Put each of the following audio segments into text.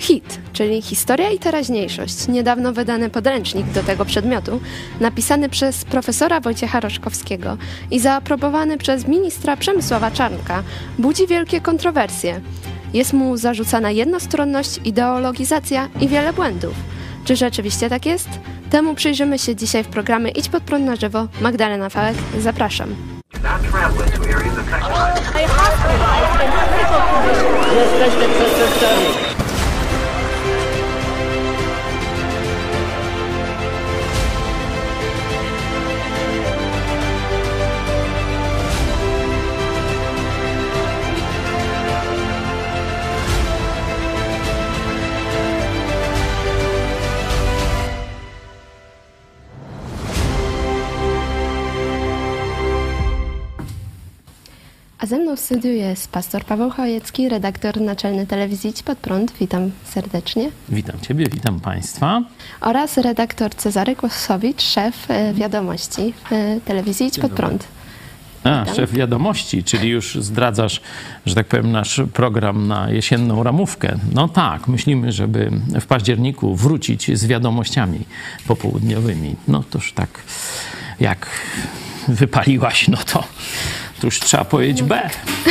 HIT, czyli Historia i teraźniejszość, niedawno wydany podręcznik do tego przedmiotu, napisany przez profesora Wojciecha Roszkowskiego i zaaprobowany przez ministra Przemysława Czarnka, budzi wielkie kontrowersje. Jest mu zarzucana jednostronność, ideologizacja i wiele błędów. Czy rzeczywiście tak jest? Temu przyjrzymy się dzisiaj w programie Idź pod prąd na żywo. Magdalena Fałek, zapraszam. Jesteśmy przestępcami. A ze mną w studiu jest pastor Paweł Chojecki, redaktor naczelny telewizji Idź pod prąd. Witam serdecznie. Witam Ciebie, witam Państwa. Oraz redaktor Cezary Kłosowicz, szef wiadomości w telewizji Idź pod prąd. A, szef wiadomości, czyli już zdradzasz, że tak powiem, nasz program na jesienną ramówkę. No tak, myślimy, żeby w październiku wrócić z wiadomościami popołudniowymi. No toż tak, jak wypaliłaś, no to już trzeba powiedzieć B.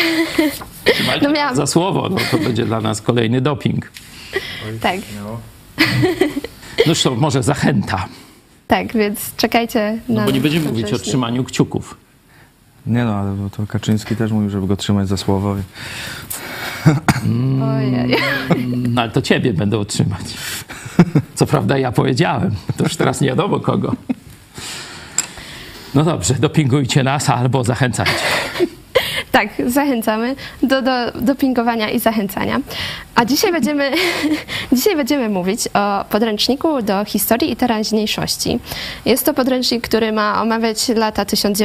Za słowo, no to będzie dla nas kolejny doping. Tak. No to może zachęta. Tak, więc czekajcie na... No bo nie będziemy mówić o trzymaniu kciuków. Nie no, ale to Kaczyński też mówił, żeby go trzymać za słowo. Ojej. No ale to ciebie będą trzymać. Co prawda ja powiedziałem, to już teraz nie wiadomo kogo. No dobrze, dopingujcie nas albo zachęcajcie. Tak, zachęcamy do dopingowania i zachęcania. A dzisiaj będziemy mówić o podręczniku do historii i teraźniejszości. Jest to podręcznik, który ma omawiać lata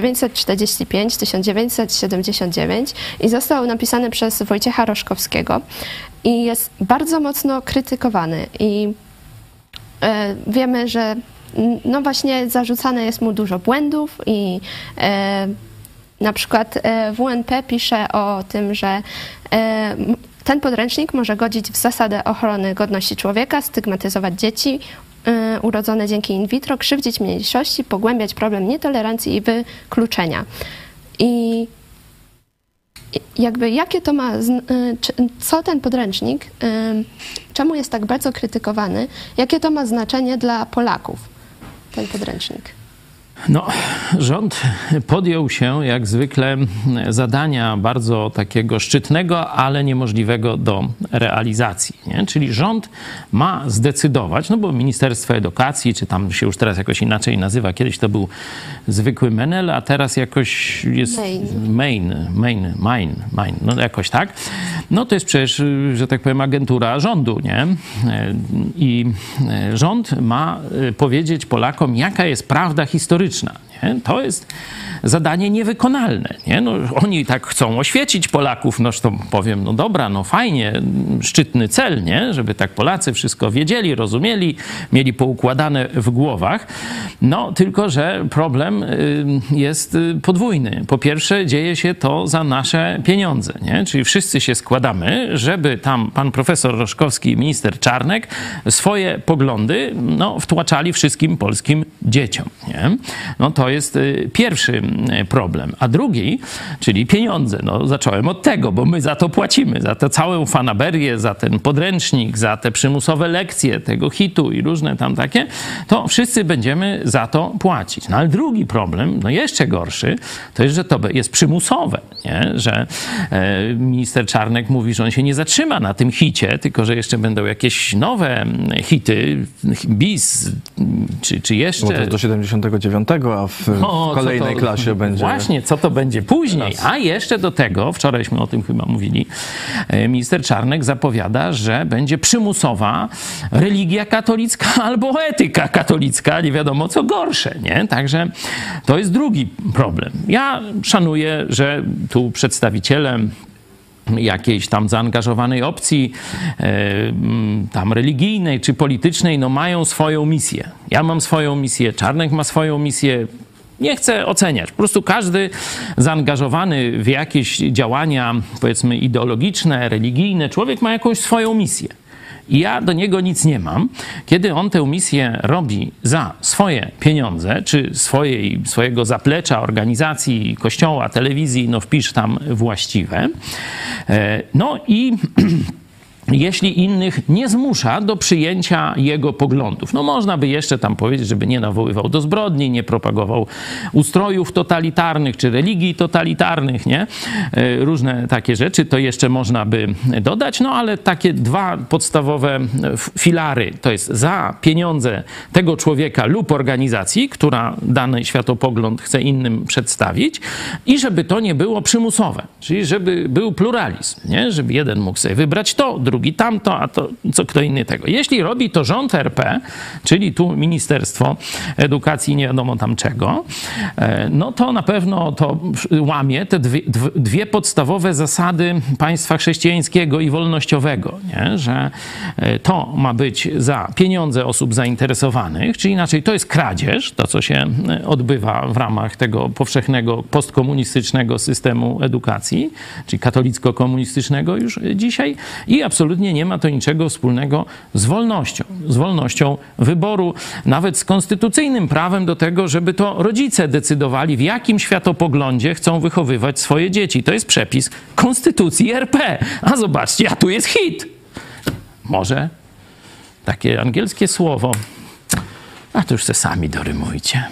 1945-1979 i został napisany przez Wojciecha Roszkowskiego i jest bardzo mocno krytykowany. I wiemy, że no właśnie zarzucane jest mu dużo błędów i na przykład WNP pisze o tym, że ten podręcznik może godzić w zasadę ochrony godności człowieka, stygmatyzować dzieci urodzone dzięki in vitro, krzywdzić mniejszości, pogłębiać problem nietolerancji i wykluczenia. I jakby jakie to ma, co ten podręcznik, czemu jest tak bardzo krytykowany, jakie to ma znaczenie dla Polaków, ten podręcznik? No, rząd podjął się jak zwykle zadania bardzo takiego szczytnego, ale niemożliwego do realizacji. Nie? Czyli rząd ma zdecydować, no bo Ministerstwo Edukacji, czy tam się już teraz jakoś inaczej nazywa, kiedyś to był zwykły Menel, a teraz jakoś jest Main, no jakoś tak. No to jest przecież, że tak powiem, agentura rządu, nie? I rząd ma powiedzieć Polakom, jaka jest prawda historyczna. Nie? To jest zadanie niewykonalne. Nie? No, oni tak chcą oświecić Polaków, no to powiem, no dobra, no fajnie, szczytny cel, nie? Żeby tak Polacy wszystko wiedzieli, rozumieli, mieli poukładane w głowach. No tylko, że problem jest podwójny. Po pierwsze, dzieje się to za nasze pieniądze, nie? Czyli wszyscy się składamy, żeby tam pan profesor Roszkowski i minister Czarnek swoje poglądy no, wtłaczali wszystkim polskim dzieciom. Nie? No to jest pierwszy problem. A drugi, czyli pieniądze. No, zacząłem od tego, bo my za to płacimy, za tę całą fanaberię, za ten podręcznik, za te przymusowe lekcje tego hitu i różne tam takie, to wszyscy będziemy za to płacić. No ale drugi problem, no jeszcze gorszy, to jest, że to jest przymusowe, nie? Że minister Czarnek mówi, że on się nie zatrzyma na tym hicie, tylko że jeszcze będą jakieś nowe hity, bis, czy jeszcze... Bo to jest do 79, a w kolejnej klasie będzie... Właśnie, co to będzie później. A jeszcze do tego, wczorajśmy o tym chyba mówili, minister Czarnek zapowiada, że będzie przymusowa religia katolicka albo etyka katolicka, nie wiadomo co gorsze, nie? Także to jest drugi problem. Ja szanuję, że tu przedstawiciele jakiejś tam zaangażowanej opcji tam religijnej czy politycznej, no mają swoją misję. Ja mam swoją misję, Czarnek ma swoją misję. Nie chcę oceniać. Po prostu każdy zaangażowany w jakieś działania, powiedzmy, ideologiczne, religijne, człowiek ma jakąś swoją misję. i ja do niego nic nie mam, kiedy on tę misję robi za swoje pieniądze, czy swojego zaplecza, organizacji, kościoła, telewizji, no wpisz tam właściwe. No i jeśli innych nie zmusza do przyjęcia jego poglądów. No można by jeszcze tam powiedzieć, żeby nie nawoływał do zbrodni, nie propagował ustrojów totalitarnych czy religii totalitarnych, nie? Różne takie rzeczy to jeszcze można by dodać, no ale takie dwa podstawowe filary to jest za pieniądze tego człowieka lub organizacji, która dany światopogląd chce innym przedstawić i żeby to nie było przymusowe, czyli żeby był pluralizm, nie? Żeby jeden mógł sobie wybrać to, drugi tamto, a to co kto inny tego. Jeśli robi to rząd RP, czyli tu Ministerstwo Edukacji nie wiadomo tam czego, no to na pewno to łamie te dwie podstawowe zasady państwa chrześcijańskiego i wolnościowego, nie? Że to ma być za pieniądze osób zainteresowanych, czyli inaczej to jest kradzież, to co się odbywa w ramach tego powszechnego postkomunistycznego systemu edukacji, czyli katolicko-komunistycznego już dzisiaj i absolutnie nie ma to niczego wspólnego z wolnością wyboru, nawet z konstytucyjnym prawem do tego, żeby to rodzice decydowali, w jakim światopoglądzie chcą wychowywać swoje dzieci. To jest przepis Konstytucji RP. A zobaczcie, a tu jest hit. Może takie angielskie słowo, a to już se sami dorymujcie.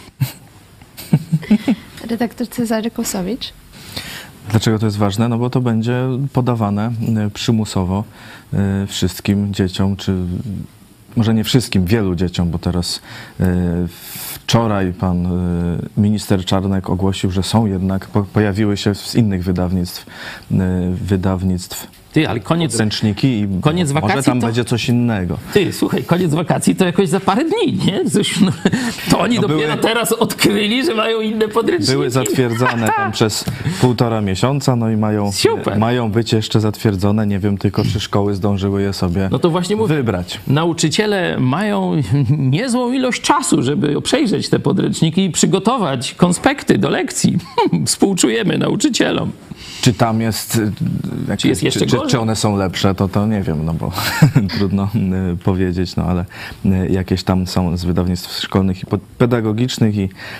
Redaktor Cezary Kłosowicz. Dlaczego to jest ważne? No bo to będzie podawane przymusowo wszystkim dzieciom, czy może nie wszystkim, wielu dzieciom, bo teraz wczoraj pan minister Czarnek ogłosił, że są jednak, pojawiły się z innych wydawnictw Ty, ale koniec może wakacji tam będzie coś innego. Ty, słuchaj, koniec wakacji to jakoś za parę dni, nie? To oni dopiero teraz odkryli, że mają inne podręczniki. Były zatwierdzane tam przez 1,5 miesiąca, no i mają być jeszcze zatwierdzone. Nie wiem tylko, czy szkoły zdążyły je sobie no to właśnie wybrać. Nauczyciele mają niezłą ilość czasu, żeby przejrzeć te podręczniki i przygotować konspekty do lekcji. Współczujemy nauczycielom. Czy tam jest, czy one są lepsze, to nie wiem, no bo trudno powiedzieć, no ale jakieś tam są z wydawnictw szkolnych i pedagogicznych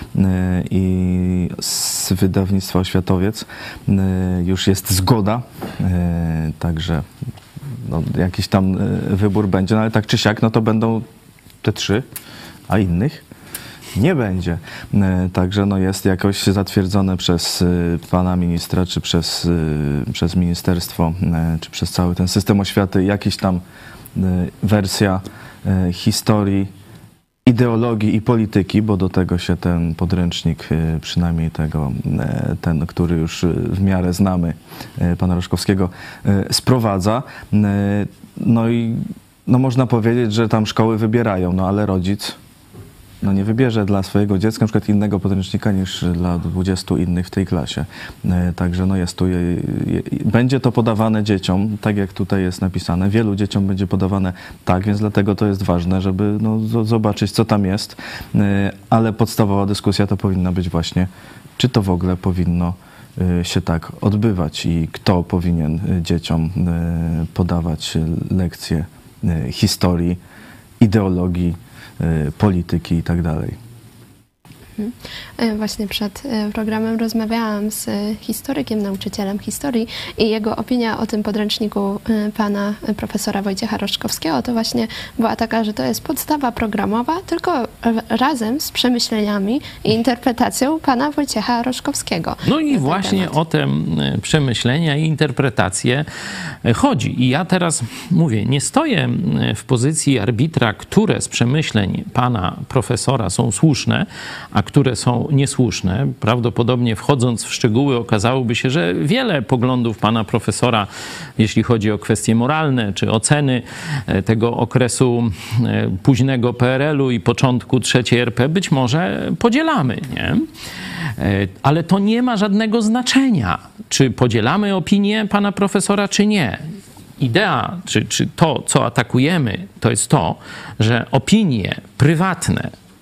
i z wydawnictwa Oświatowiec już jest zgoda, także no, jakiś tam wybór będzie, no ale tak czy siak, no to będą te 3, a innych nie będzie. Także no jest jakoś zatwierdzone przez pana ministra, czy przez ministerstwo, czy przez cały ten system oświaty, jakiś tam wersja historii, ideologii i polityki, bo do tego się ten podręcznik, przynajmniej ten, który już w miarę znamy, pana Roszkowskiego, sprowadza. No i no można powiedzieć, że tam szkoły wybierają, no ale rodzic nie wybierze dla swojego dziecka na przykład innego podręcznika niż dla 20 innych w tej klasie. Także no jest tu, będzie to podawane dzieciom, tak jak tutaj jest napisane. Wielu dzieciom będzie podawane tak, więc dlatego to jest ważne, żeby no, zobaczyć, co tam jest. Ale podstawowa dyskusja to powinna być właśnie, czy to w ogóle powinno się tak odbywać i kto powinien dzieciom podawać lekcje historii, ideologii, polityki i tak dalej. Właśnie przed programem rozmawiałam z historykiem, nauczycielem historii i jego opinia o tym podręczniku pana profesora Wojciecha Roszkowskiego to właśnie była taka, że to jest podstawa programowa, tylko razem z przemyśleniami i interpretacją pana Wojciecha Roszkowskiego. No i właśnie o te przemyślenia i interpretacje chodzi. I ja teraz mówię, nie stoję w pozycji arbitra, które z przemyśleń pana profesora są słuszne, a które są niesłuszne. Prawdopodobnie wchodząc w szczegóły okazałoby się, że wiele poglądów pana profesora, jeśli chodzi o kwestie moralne czy oceny tego okresu późnego PRL-u i początku III RP być może podzielamy, nie? Ale to nie ma żadnego znaczenia, czy podzielamy opinię pana profesora, czy nie. Idea, czy to, co atakujemy, to jest to, że opinie prywatne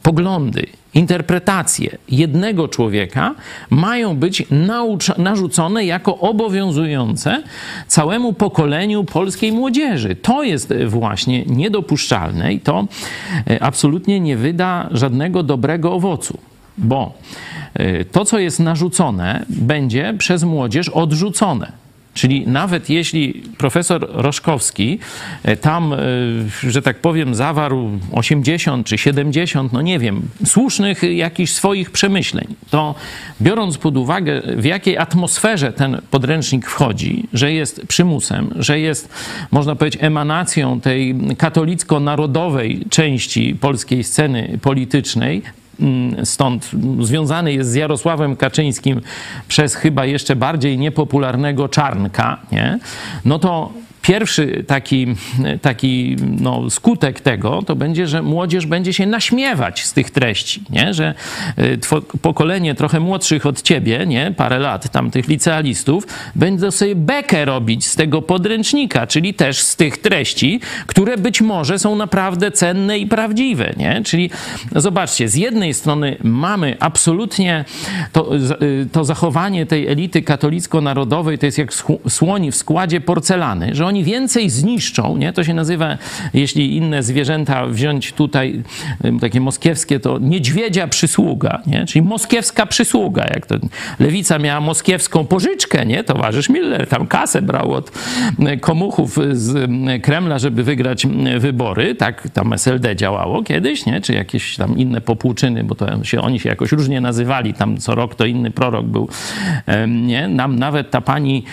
poglądy, interpretacje jednego człowieka mają być narzucone jako obowiązujące całemu pokoleniu polskiej młodzieży. To jest właśnie niedopuszczalne i to absolutnie nie wyda żadnego dobrego owocu, bo to, co jest narzucone, będzie przez młodzież odrzucone. Czyli nawet jeśli profesor Roszkowski tam, że tak powiem, zawarł 80 czy 70, no nie wiem, słusznych jakichś swoich przemyśleń, to biorąc pod uwagę, w jakiej atmosferze ten podręcznik wchodzi, że jest przymusem, że jest, można powiedzieć, emanacją tej katolicko-narodowej części polskiej sceny politycznej, stąd związany jest z Jarosławem Kaczyńskim przez chyba jeszcze bardziej niepopularnego Czarnka, nie? No to pierwszy taki skutek tego to będzie, że młodzież będzie się naśmiewać z tych treści, nie? Że pokolenie trochę młodszych od ciebie, nie? Parę lat tamtych licealistów, będą sobie bekę robić z tego podręcznika, czyli też z tych treści, które być może są naprawdę cenne i prawdziwe, nie? Czyli zobaczcie, z jednej strony mamy absolutnie to zachowanie tej elity katolicko-narodowej, to jest jak słoni w składzie porcelany, że oni więcej zniszczą, nie? To się nazywa, jeśli inne zwierzęta wziąć tutaj, takie moskiewskie, to niedźwiedzia przysługa, nie? Czyli moskiewska przysługa. Jak to lewica miała moskiewską pożyczkę, nie? Towarzysz Miller tam kasę brał od komuchów z Kremla, żeby wygrać wybory. Tak tam SLD działało kiedyś, nie? Czy jakieś tam inne popłuczyny, bo to oni się jakoś różnie nazywali. Tam co rok to inny prorok był, nie? Nam nawet ta pani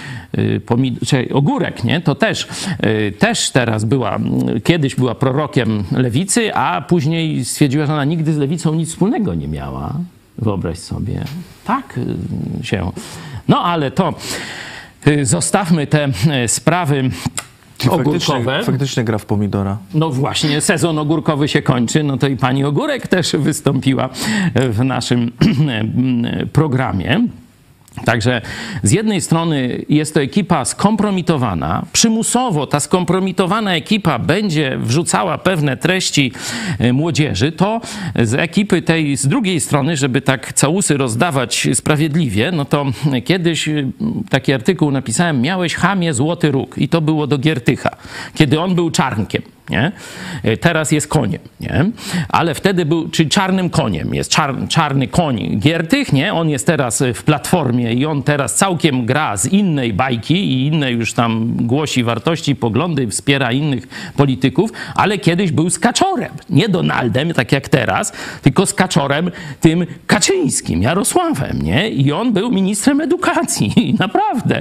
Ogórek, nie? To też teraz kiedyś była prorokiem lewicy, a później stwierdziła, że ona nigdy z lewicą nic wspólnego nie miała. Wyobraź sobie. Tak się... No ale to zostawmy te sprawy ogórkowe. Faktycznie gra w pomidora. No właśnie, sezon ogórkowy się kończy, no to i pani Ogórek też wystąpiła w naszym programie. Także z jednej strony jest to ekipa skompromitowana. Przymusowo ta skompromitowana ekipa będzie wrzucała pewne treści młodzieży. To z ekipy tej z drugiej strony, żeby tak całusy rozdawać sprawiedliwie, no to kiedyś taki artykuł napisałem: miałeś, chamie, złoty róg. I to było do Giertycha, kiedy on był Czarnkiem. Nie? Teraz jest koniem, nie? Ale wtedy był, czyli czarnym koniem, jest czarny koń Giertych, nie? On jest teraz w Platformie i on teraz całkiem gra z innej bajki i inne już tam głosi wartości, poglądy, wspiera innych polityków, ale kiedyś był z Kaczorem, nie Donaldem, tak jak teraz, tylko z Kaczorem tym Kaczyńskim, Jarosławem, nie? I on był ministrem edukacji, naprawdę.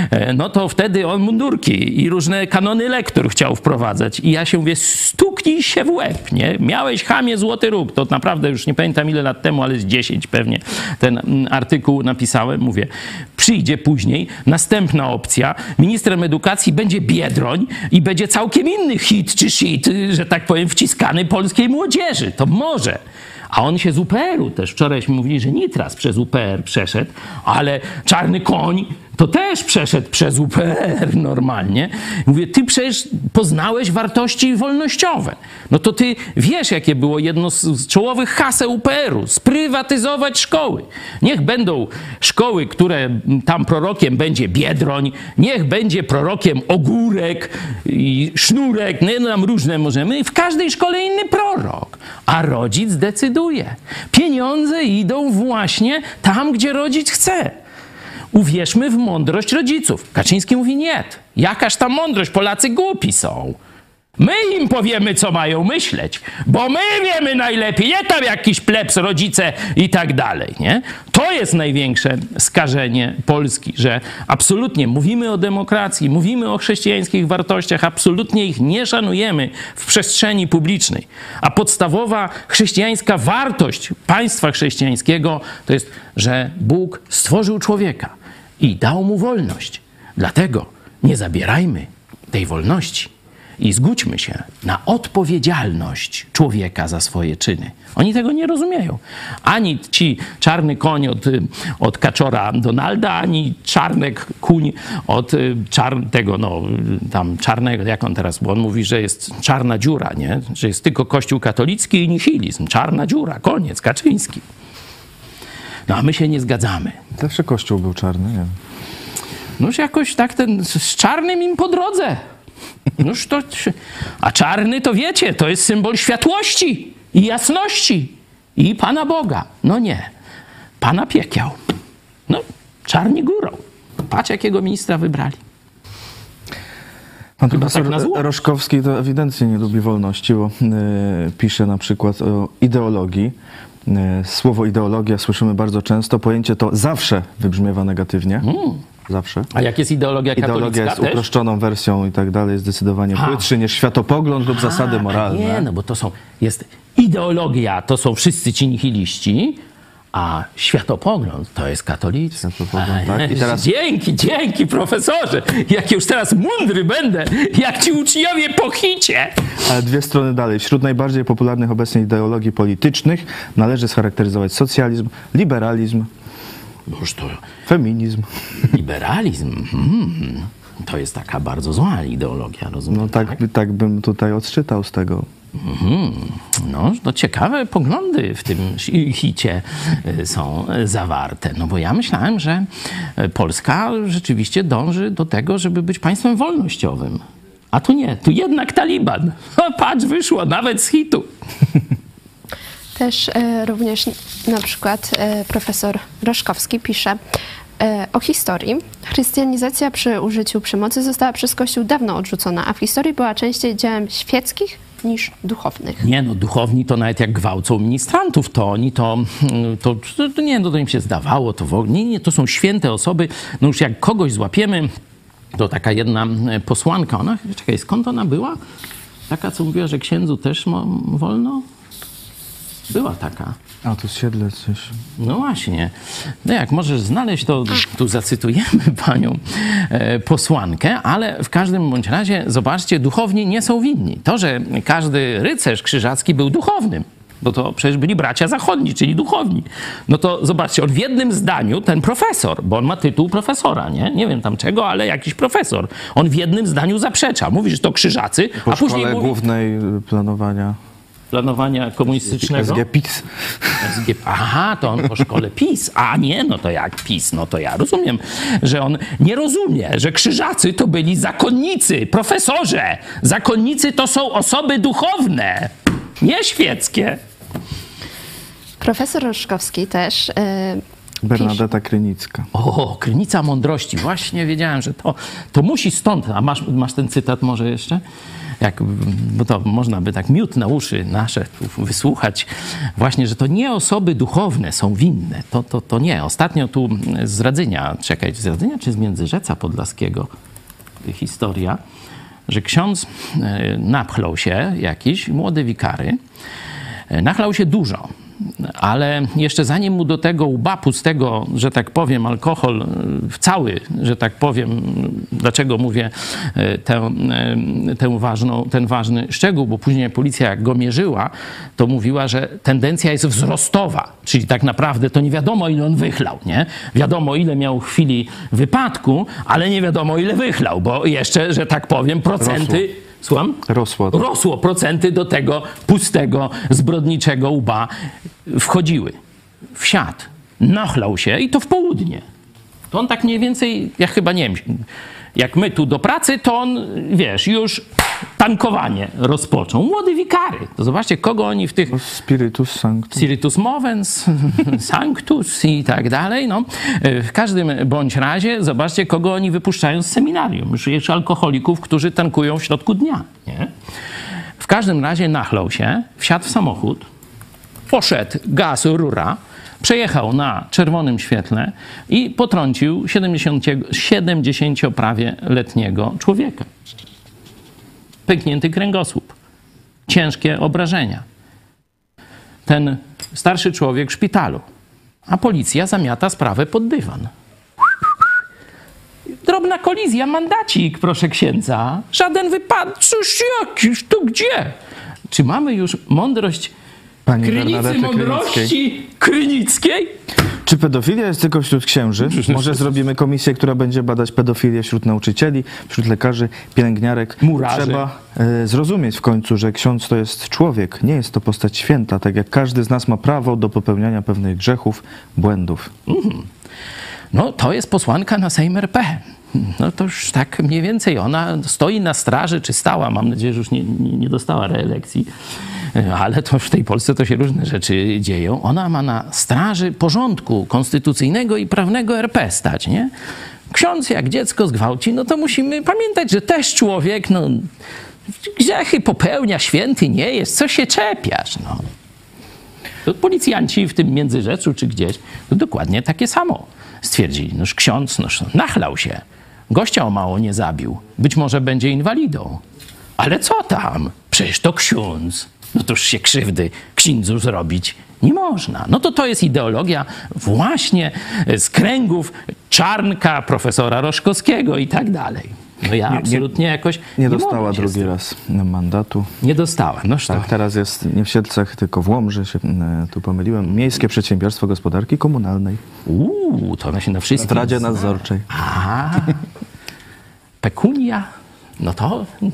No to wtedy on mundurki i różne kanony lektur chciał wprowadzać i ja się mówię, stuknij się w łeb, nie? Miałeś, chamie, złoty róg. To naprawdę już nie pamiętam ile lat temu, ale z 10 pewnie ten artykuł napisałem. Mówię, przyjdzie później następna opcja. Ministrem edukacji będzie Biedroń i będzie całkiem inny hit czy shit, że tak powiem, wciskany polskiej młodzieży. To może. A on się z UPR-u też. Wczorajśmy mówili, że Nitras przez UPR przeszedł, ale Czarny Koń to też przeszedł przez UPR normalnie. Mówię, ty przecież poznałeś wartości wolnościowe. No to ty wiesz, jakie było jedno z czołowych haseł UPR-u. Sprywatyzować szkoły. Niech będą szkoły, które tam prorokiem będzie Biedroń, niech będzie prorokiem Ogórek i Sznurek, no nam różne możemy. W każdej szkole inny prorok. A rodzic decyduje. Pieniądze idą właśnie tam, gdzie rodzic chce. Uwierzmy w mądrość rodziców. Kaczyński mówi nie. Jakaż tam mądrość? Polacy głupi są. My im powiemy, co mają myśleć, bo my wiemy najlepiej, nie tam jakiś plebs, rodzice i tak dalej, nie? To jest największe skażenie Polski, że absolutnie mówimy o demokracji, mówimy o chrześcijańskich wartościach, absolutnie ich nie szanujemy w przestrzeni publicznej. A podstawowa chrześcijańska wartość państwa chrześcijańskiego to jest, że Bóg stworzył człowieka i dał mu wolność. Dlatego nie zabierajmy tej wolności. i zgódźmy się na odpowiedzialność człowieka za swoje czyny. Oni tego nie rozumieją. Ani ci czarny koń od kaczora Donalda, ani czarnek kuń od tego, no tam czarnego, jak on teraz, bo on mówi, że jest czarna dziura, nie? Że jest tylko Kościół katolicki i nihilizm. Czarna dziura, koniec, Kaczyński. No a my się nie zgadzamy. Zawsze Kościół był czarny, nie? Noż jakoś tak z czarnym im po drodze. Noż to, a czarny to wiecie, to jest symbol światłości i jasności i Pana Boga. No nie, Pana piekieł. No, czarni górą. Patrz, jakiego ministra wybrali. Pan profesor Roszkowski to ewidentnie nie lubi wolności, bo pisze na przykład o ideologii. Słowo ideologia słyszymy bardzo często. Pojęcie to zawsze wybrzmiewa negatywnie. Zawsze. A jak jest ideologia katolicka? Ideologia jest też? uproszczoną wersją i tak dalej, zdecydowanie płytszy niż światopogląd lub zasady moralne. Nie, no bo jest ideologia, to są wszyscy ci nihiliści, a światopogląd to jest katolicki. Tak? I teraz... Dzięki profesorze, jak już teraz mądry będę, jak ci uczniowie pochicie. Ale dwie strony dalej. Wśród najbardziej popularnych obecnie ideologii politycznych należy scharakteryzować socjalizm, liberalizm, feminizm. Liberalizm? To jest taka bardzo zła ideologia, rozumiem? No tak bym tutaj odczytał z tego. No, to ciekawe poglądy w tym hicie są zawarte. No bo ja myślałem, że Polska rzeczywiście dąży do tego, żeby być państwem wolnościowym. A tu nie, tu jednak Taliban. O, patrz, wyszło nawet z hitu. Też również na przykład profesor Roszkowski pisze o historii. Chrystianizacja przy użyciu przemocy została przez Kościół dawno odrzucona, a w historii była częściej dziełem świeckich niż duchownych. Nie no, duchowni to nawet jak gwałcą ministrantów, to oni to im się zdawało, to w ogóle, nie, to są święte osoby. No już jak kogoś złapiemy, to taka jedna posłanka, ona, czekaj, skąd ona była? Taka, co mówiła, że księdzu też wolno? Była taka. A, to z Siedlec coś. No właśnie. No jak możesz znaleźć, to tu zacytujemy panią posłankę, ale w każdym bądź razie, zobaczcie, duchowni nie są winni. To, że każdy rycerz krzyżacki był duchownym, no to przecież byli bracia zachodni, czyli duchowni. No to zobaczcie, on w jednym zdaniu, ten profesor, bo on ma tytuł profesora, nie wiem tam czego, ale jakiś profesor, on w jednym zdaniu zaprzecza. Mówi, że to krzyżacy, po a później mówi... głównej planowania komunistycznego? SGPiS. Aha, to on po szkole PiS. A nie, no to jak PiS? No to ja rozumiem, że on nie rozumie, że krzyżacy to byli zakonnicy. Profesorze, zakonnicy to są osoby duchowne, nie świeckie. Profesor Roszkowski też Bernadeta Krynicka. O, Krynica Mądrości. Właśnie wiedziałem, że to musi stąd. A masz ten cytat może jeszcze? Bo to można by tak miód na uszy nasze wysłuchać. Właśnie, że to nie osoby duchowne są winne. To nie. Ostatnio tu z Radzynia czy z Międzyrzeca Podlaskiego historia, że ksiądz napchlał się jakiś, młody wikary, nachlał się dużo. Ale jeszcze zanim mu do tego łba pustego, że tak powiem, alkohol cały, że tak powiem, dlaczego mówię ten ważny szczegół, bo później policja jak go mierzyła, to mówiła, że tendencja jest wzrostowa, czyli tak naprawdę to nie wiadomo ile on wychlał, nie? Wiadomo ile miał w chwili wypadku, ale nie wiadomo ile wychlał, bo jeszcze, że tak powiem, procenty... Słucham? Rosło procenty do tego pustego, zbrodniczego łba wchodziły. Wsiadł, nachlał się i to w południe. To on tak mniej więcej, ja chyba nie wiem, jak my tu do pracy, to on, wiesz, już tankowanie rozpoczął. Młody wikary. To zobaczcie, kogo oni w tych... Spiritus Sanctus. Spiritus Movens, Sanctus i tak dalej. No. W każdym bądź razie, zobaczcie, kogo oni wypuszczają z seminarium. Już jest alkoholików, którzy tankują w środku dnia. Nie? W każdym razie nachlał się, wsiadł w samochód, poszedł, gaz, rura, przejechał na czerwonym świetle i potrącił 70 prawie letniego człowieka. Pęknięty kręgosłup, ciężkie obrażenia. Ten starszy człowiek w szpitalu, a policja zamiata sprawę pod dywan. drobna kolizja, mandacik, proszę księdza. Żaden wypadek, cóż jakiś, to gdzie? Czy mamy już mądrość Krynicy mądrości krynickiej? Czy pedofilia jest tylko wśród księży? Może zrobimy komisję, która będzie badać pedofilię wśród nauczycieli, wśród lekarzy, pielęgniarek. Murarzy. Trzeba zrozumieć w końcu, że ksiądz to jest człowiek, nie jest to postać święta, tak jak każdy z nas ma prawo do popełniania pewnych grzechów, błędów. No to jest posłanka na Sejm RP. No to już tak mniej więcej ona stoi na straży, czy stała, mam nadzieję, że już nie dostała reelekcji, ale to w tej Polsce to się różne rzeczy dzieją. Ona ma na straży porządku konstytucyjnego i prawnego RP stać, nie? Ksiądz jak dziecko zgwałci, no to musimy pamiętać, że też człowiek, no grzechy popełnia, święty nie jest, co się czepiasz, no. To policjanci w tym Międzyrzeczu czy gdzieś, to dokładnie takie samo stwierdzili. Noż ksiądz nachlał się, gościa o mało nie zabił, być może będzie inwalidą. Ale co tam? Przecież to ksiądz. No toż się krzywdy księdzu zrobić nie można. No to jest ideologia właśnie z kręgów Czarnka, profesora Roszkowskiego i tak dalej. No ja absolutnie jakoś nie dostała drugi raz mandatu. Nie dostała. No tak, teraz jest nie w Siedlcach, tylko w Łomży, się tu pomyliłem. Miejskie Przedsiębiorstwo Gospodarki Komunalnej. To ona się na wszystkim... W Radzie Nadzorczej. Pekunia? No to... No.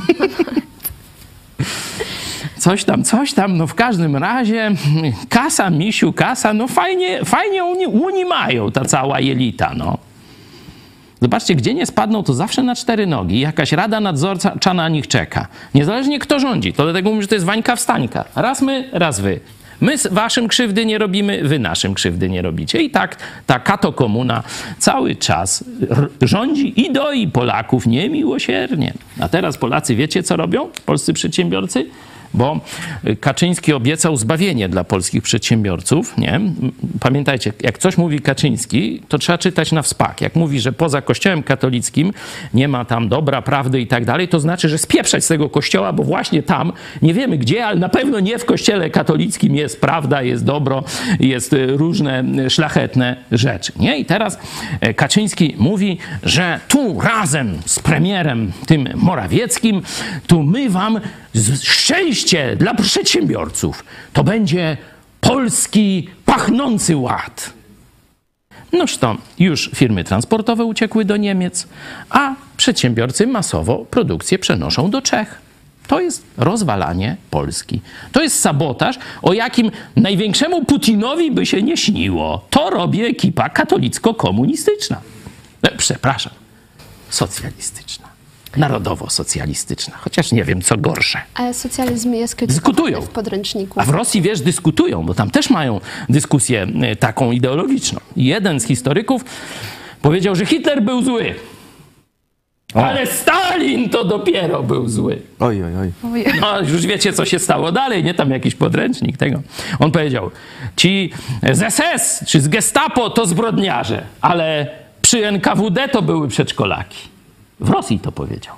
Coś tam, no w każdym razie kasa, misiu, kasa, no fajnie oni mają, ta cała jelita, no. Zobaczcie, gdzie nie spadną, to zawsze na 4 nogi. Jakaś rada nadzorcza na nich czeka. Niezależnie kto rządzi, to dlatego mówię, że to jest Wańka wstańka. Raz my, raz wy. My waszym krzywdy nie robimy, wy naszym krzywdy nie robicie. I tak ta katokomuna cały czas rządzi i doi Polaków niemiłosiernie. A teraz Polacy wiecie, co robią? Polscy przedsiębiorcy? Bo Kaczyński obiecał zbawienie dla polskich przedsiębiorców, nie? Pamiętajcie, jak coś mówi Kaczyński, to trzeba czytać na wspak. Jak mówi, że poza kościołem katolickim nie ma tam dobra, prawdy i tak dalej, to znaczy, że spieprzać z tego kościoła, bo właśnie tam, nie wiemy gdzie, ale na pewno nie w kościele katolickim jest prawda, jest dobro, jest różne szlachetne rzeczy, nie? I teraz Kaczyński mówi, że tu razem z premierem tym Morawieckim, tu my wam szczęście dla przedsiębiorców. To będzie polski pachnący ład. Noż to już firmy transportowe uciekły do Niemiec, a przedsiębiorcy masowo produkcję przenoszą do Czech. To jest rozwalanie Polski. To jest sabotaż, o jakim największemu Putinowi by się nie śniło. To robi ekipa katolicko-komunistyczna. Przepraszam, socjalistyczna. Narodowo-socjalistyczna, chociaż nie wiem, co gorsze. Ale socjalizm jest krytykowany w podręczniku. A w Rosji, wiesz, dyskutują, bo tam też mają dyskusję taką ideologiczną. Jeden z historyków powiedział, że Hitler był zły. Ale Stalin to dopiero był zły. Oj. No, już wiecie, co się stało dalej, nie? Tam jakiś podręcznik tego. On powiedział, ci z SS czy z Gestapo to zbrodniarze, ale przy NKWD to były przedszkolaki. W Rosji to powiedział.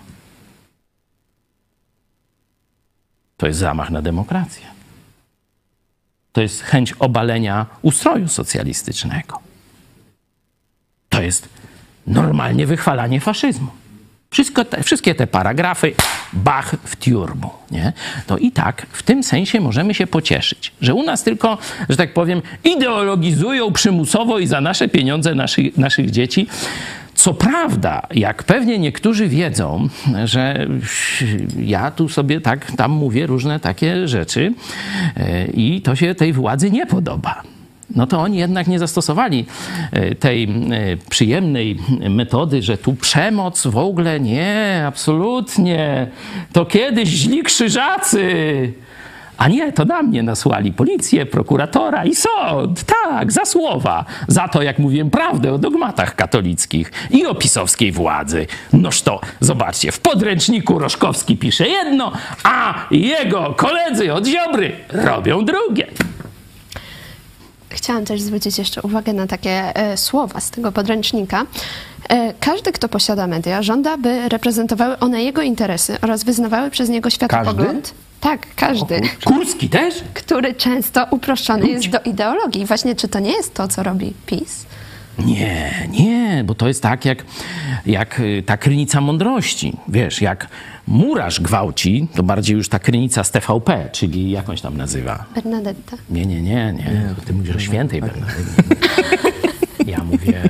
To jest zamach na demokrację. To jest chęć obalenia ustroju socjalistycznego. To jest normalnie wychwalanie faszyzmu. Wszystkie te paragrafy, bach w tiurmu, nie? To i tak w tym sensie możemy się pocieszyć, że u nas tylko, że tak powiem, ideologizują przymusowo i za nasze pieniądze naszych dzieci. Co prawda, jak pewnie niektórzy wiedzą, że ja tu sobie tak tam mówię różne takie rzeczy i to się tej władzy nie podoba. No to oni jednak nie zastosowali tej przyjemnej metody, że tu przemoc w ogóle nie, absolutnie. To kiedyś źli krzyżacy. A nie, to na mnie nasłali policję, prokuratora i sąd. Tak, za słowa. Za to, jak mówiłem, prawdę o dogmatach katolickich i o pisowskiej władzy. Noż to, zobaczcie, w podręczniku Roszkowski pisze jedno, a jego koledzy od Ziobry robią drugie. Chciałam też zwrócić jeszcze uwagę na takie słowa z tego podręcznika. Każdy, kto posiada media, żąda, by reprezentowały one jego interesy oraz wyznawały przez niego światopogląd. Każdy? Tak, każdy. Kurski też? Który często uproszczony jest do ideologii. Właśnie, czy to nie jest to, co robi PiS? Nie, bo to jest tak jak ta krynica mądrości. Wiesz, jak murarz gwałci, to bardziej już ta krynica z TVP, czyli jak on się tam nazywa? Bernadetta. Nie. Ty mówisz o świętej Bernadetcie. Ja mówię...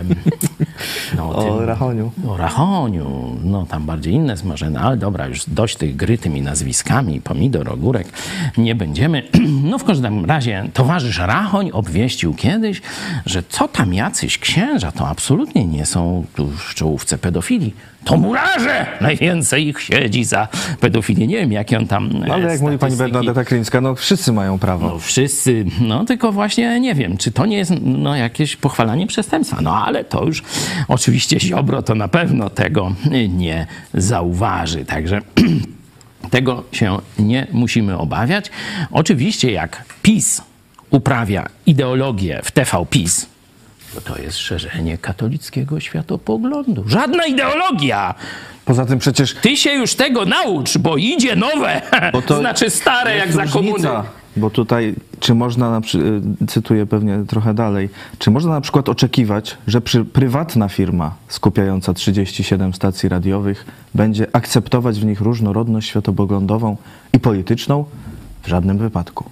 O Rachoniu. O Rachoniu. No tam bardziej inne smażone, ale dobra, już dość tych gry tymi nazwiskami, pomidor, ogórek, nie będziemy. No w każdym razie towarzysz Rachoń obwieścił kiedyś, że co tam jacyś księża, to absolutnie nie są tu w czołówce pedofilii. To murarze! Najwięcej ich siedzi za pedofilię. Nie wiem, jakie on tam no, ale jak mówi pani Bernadetta Kryńska, no wszyscy mają prawo. No wszyscy, no tylko właśnie nie wiem, czy to nie jest no, jakieś pochwalanie przestępstwa. No ale to już oczywiście Ziobro to na pewno tego nie zauważy. Także tego się nie musimy obawiać. Oczywiście jak PiS uprawia ideologię w TV PiS, to jest szerzenie katolickiego światopoglądu. Żadna ideologia! Poza tym przecież... Ty się już tego naucz, bo idzie nowe, bo to znaczy stare jak za komuny. Bo tutaj, czy można, cytuję pewnie trochę dalej, czy można na przykład oczekiwać, że prywatna firma skupiająca 37 stacji radiowych będzie akceptować w nich różnorodność światopoglądową i polityczną? W żadnym wypadku.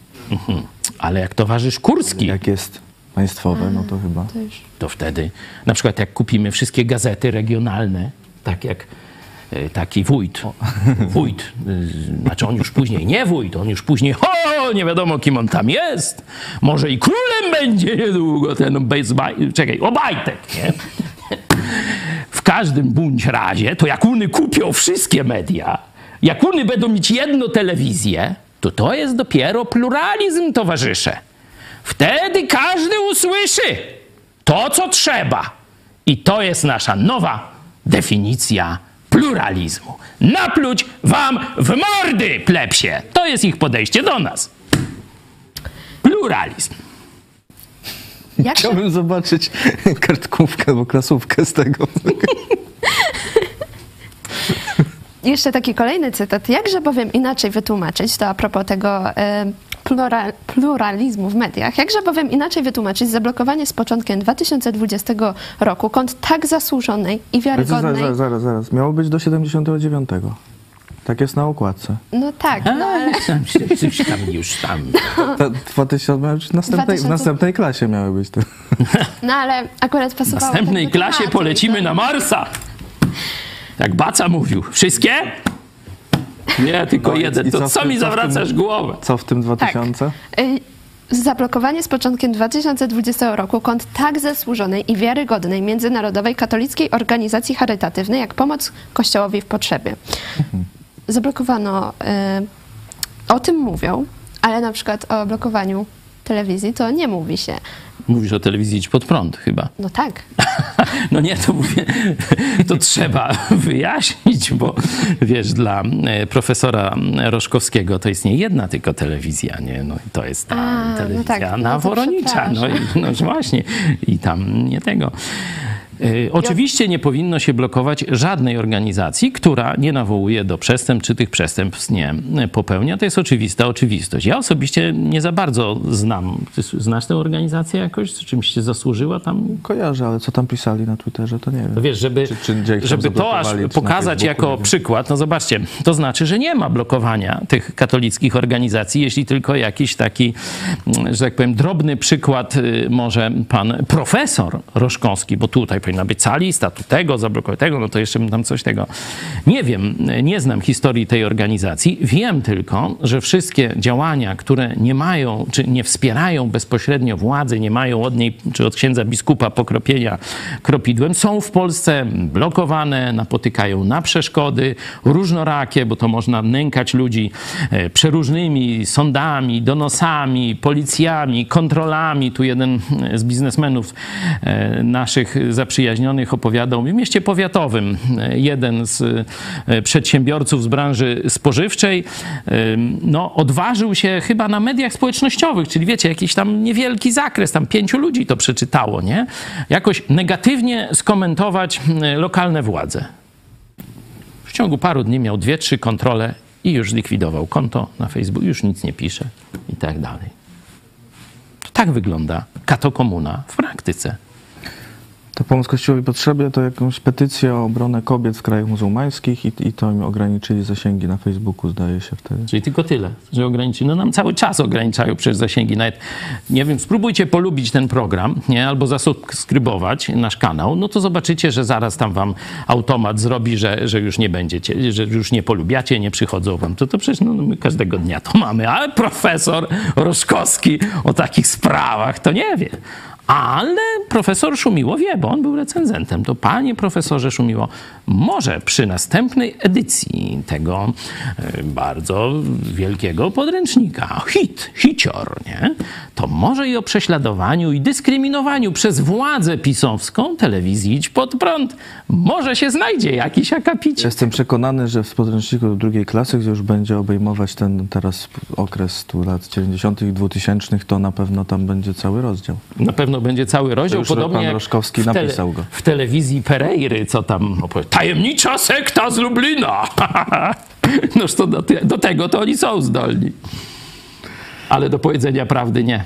Ale jak towarzysz Kurski... Jak jest państwowe, no to chyba... To wtedy, na przykład jak kupimy wszystkie gazety regionalne, tak jak taki wójt, znaczy on już później nie wójt, on już później, nie wiadomo kim on tam jest, może i królem będzie niedługo ten Obajtek, nie? W każdym bądź razie, to jak Uny kupią wszystkie media, jak Uny będą mieć jedną telewizję, to jest dopiero pluralizm, towarzysze. Wtedy każdy usłyszy to, co trzeba. I to jest nasza nowa definicja pluralizmu. Napluć wam w mordy, plebsie. To jest ich podejście do nas. Pluralizm. Chciałbym zobaczyć kartkówkę albo klasówkę z tego. Jeszcze taki kolejny cytat. Jakże bowiem inaczej wytłumaczyć, to a propos tego pluralizmu w mediach, jakże bowiem inaczej wytłumaczyć zablokowanie z początkiem 2020 roku kont tak zasłużonej i wiarygodnej... Zaraz. Miało być do 79. Tak jest na okładce. No tak, no ale... Już tam. W następnej klasie miały być to. No ale akurat pasowało... W następnej klasie polecimy na Marsa. Jak Baca mówił. Wszystkie? Nie, tylko jeden. To co mi zawracasz głowę? Co w tym 2000? Tak. Zablokowanie z początkiem 2020 roku kont tak zasłużonej i wiarygodnej międzynarodowej katolickiej organizacji charytatywnej jak Pomoc Kościołowi w Potrzebie. Zablokowano, o tym mówią, ale na przykład o blokowaniu telewizji to nie mówi się. Mówisz o telewizji Idź Pod Prąd chyba. No tak. No nie, to mówię, to trzeba wyjaśnić, bo wiesz, dla profesora Roszkowskiego to jest nie jedna tylko telewizja, nie? No, to jest ta telewizja na Woronicza. No właśnie. I tam nie tego. Oczywiście nie powinno się blokować żadnej organizacji, która nie nawołuje do przestępstw, czy tych przestępstw nie popełnia. To jest oczywista oczywistość. Ja osobiście nie za bardzo znam. Ty znasz tę organizację jakoś? Czymś się zasłużyła tam? Kojarzę, ale co tam pisali na Twitterze, to nie wiem. No wiesz, żeby to aż pokazać jako przykład, no zobaczcie, to znaczy, że nie ma blokowania tych katolickich organizacji, jeśli tylko jakiś taki, że tak powiem, drobny przykład może pan profesor Roszkowski, bo tutaj powinna być cała lista, tu tego, zablokować tego, no to jeszcze bym tam coś tego. Nie wiem, nie znam historii tej organizacji. Wiem tylko, że wszystkie działania, które nie mają, czy nie wspierają bezpośrednio władzy, nie mają od niej, czy od księdza biskupa pokropienia kropidłem, są w Polsce blokowane, napotykają na przeszkody różnorakie, bo to można nękać ludzi przeróżnymi sądami, donosami, policjami, kontrolami. Tu jeden z biznesmenów naszych zaprzyjaźnionych opowiadał mi w mieście powiatowym. Jeden z przedsiębiorców z branży spożywczej odważył się chyba na mediach społecznościowych, czyli wiecie, jakiś tam niewielki zakres, tam 5 ludzi to przeczytało, nie? Jakoś negatywnie skomentować lokalne władze. W ciągu paru dni miał 2-3 kontrole i już zlikwidował konto na Facebooku, już nic nie pisze i tak dalej. To tak wygląda katokomuna w praktyce. To pomoc Kościołowi potrzebuje to jakąś petycję o obronę kobiet w krajach muzułmańskich i to im ograniczyli zasięgi na Facebooku, zdaje się wtedy. Czyli tylko tyle, że ograniczyli. No nam cały czas ograniczają przecież zasięgi. Nawet, nie wiem, spróbujcie polubić ten program, nie? Albo zasubskrybować nasz kanał, no to zobaczycie, że zaraz tam wam automat zrobi, że już nie będziecie, że już nie polubiacie, nie przychodzą wam. To przecież no, my każdego dnia to mamy. Ale profesor Roszkowski o takich sprawach to nie wie. Ale profesor Szumiło wie, bo on był recenzentem. To panie profesorze Szumiło, może przy następnej edycji tego bardzo wielkiego podręcznika, hicior, nie? To może i o prześladowaniu i dyskryminowaniu przez władzę pisowską telewizji Idź Pod Prąd może się znajdzie jakiś akapit. Jestem przekonany, że w podręczniku do 2. klasy, gdzie już będzie obejmować ten teraz okres 100 lat 90. i 2000, to na pewno tam będzie cały rozdział. Na pewno będzie cały rozdział, podobnie pan Roszkowski napisał go. W telewizji Pereiry, co tam opowiada. Tajemnicza sekta z Lublina! Noż to do tego to oni są zdolni. Ale do powiedzenia prawdy nie.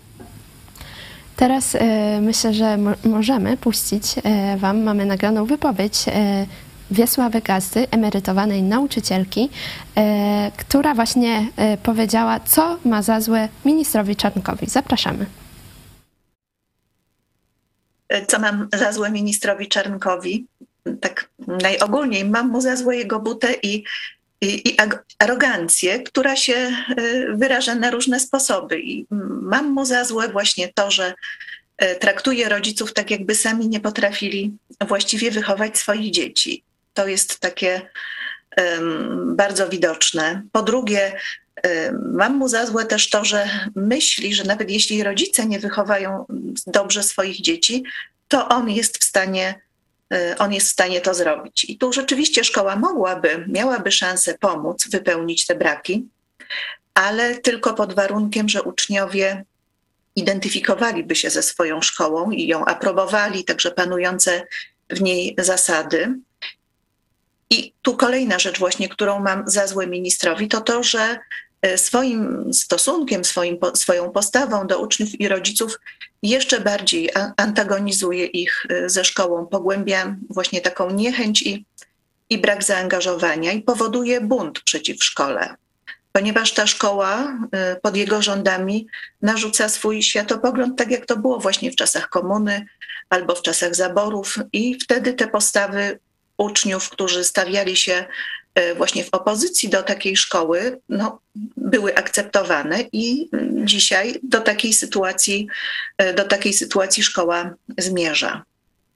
Teraz myślę, że możemy puścić wam, mamy nagraną wypowiedź Wiesławy Gazdy, emerytowanej nauczycielki, która właśnie powiedziała, co ma za złe ministrowi Czarnkowi. Zapraszamy. Co mam za złe ministrowi Czarnkowi? Tak najogólniej mam mu za złe jego butę i arogancję, która się wyraża na różne sposoby. I mam mu za złe właśnie to, że traktuje rodziców tak, jakby sami nie potrafili właściwie wychować swoich dzieci. To jest takie bardzo widoczne. Po drugie, mam mu za złe też to, że myśli, że nawet jeśli rodzice nie wychowają dobrze swoich dzieci, to on jest w stanie to zrobić. I tu rzeczywiście szkoła miałaby szansę pomóc wypełnić te braki, ale tylko pod warunkiem, że uczniowie identyfikowaliby się ze swoją szkołą i ją aprobowali, także panujące w niej zasady. I tu kolejna rzecz właśnie, którą mam za złe ministrowi, to, że swoim stosunkiem, swoją postawą do uczniów i rodziców jeszcze bardziej antagonizuje ich ze szkołą, pogłębia właśnie taką niechęć i brak zaangażowania i powoduje bunt przeciw szkole. Ponieważ ta szkoła pod jego rządami narzuca swój światopogląd, tak jak to było właśnie w czasach komuny albo w czasach zaborów, i wtedy te postawy uczniów, którzy stawiali się właśnie w opozycji do takiej szkoły, były akceptowane i dzisiaj do takiej sytuacji szkoła zmierza.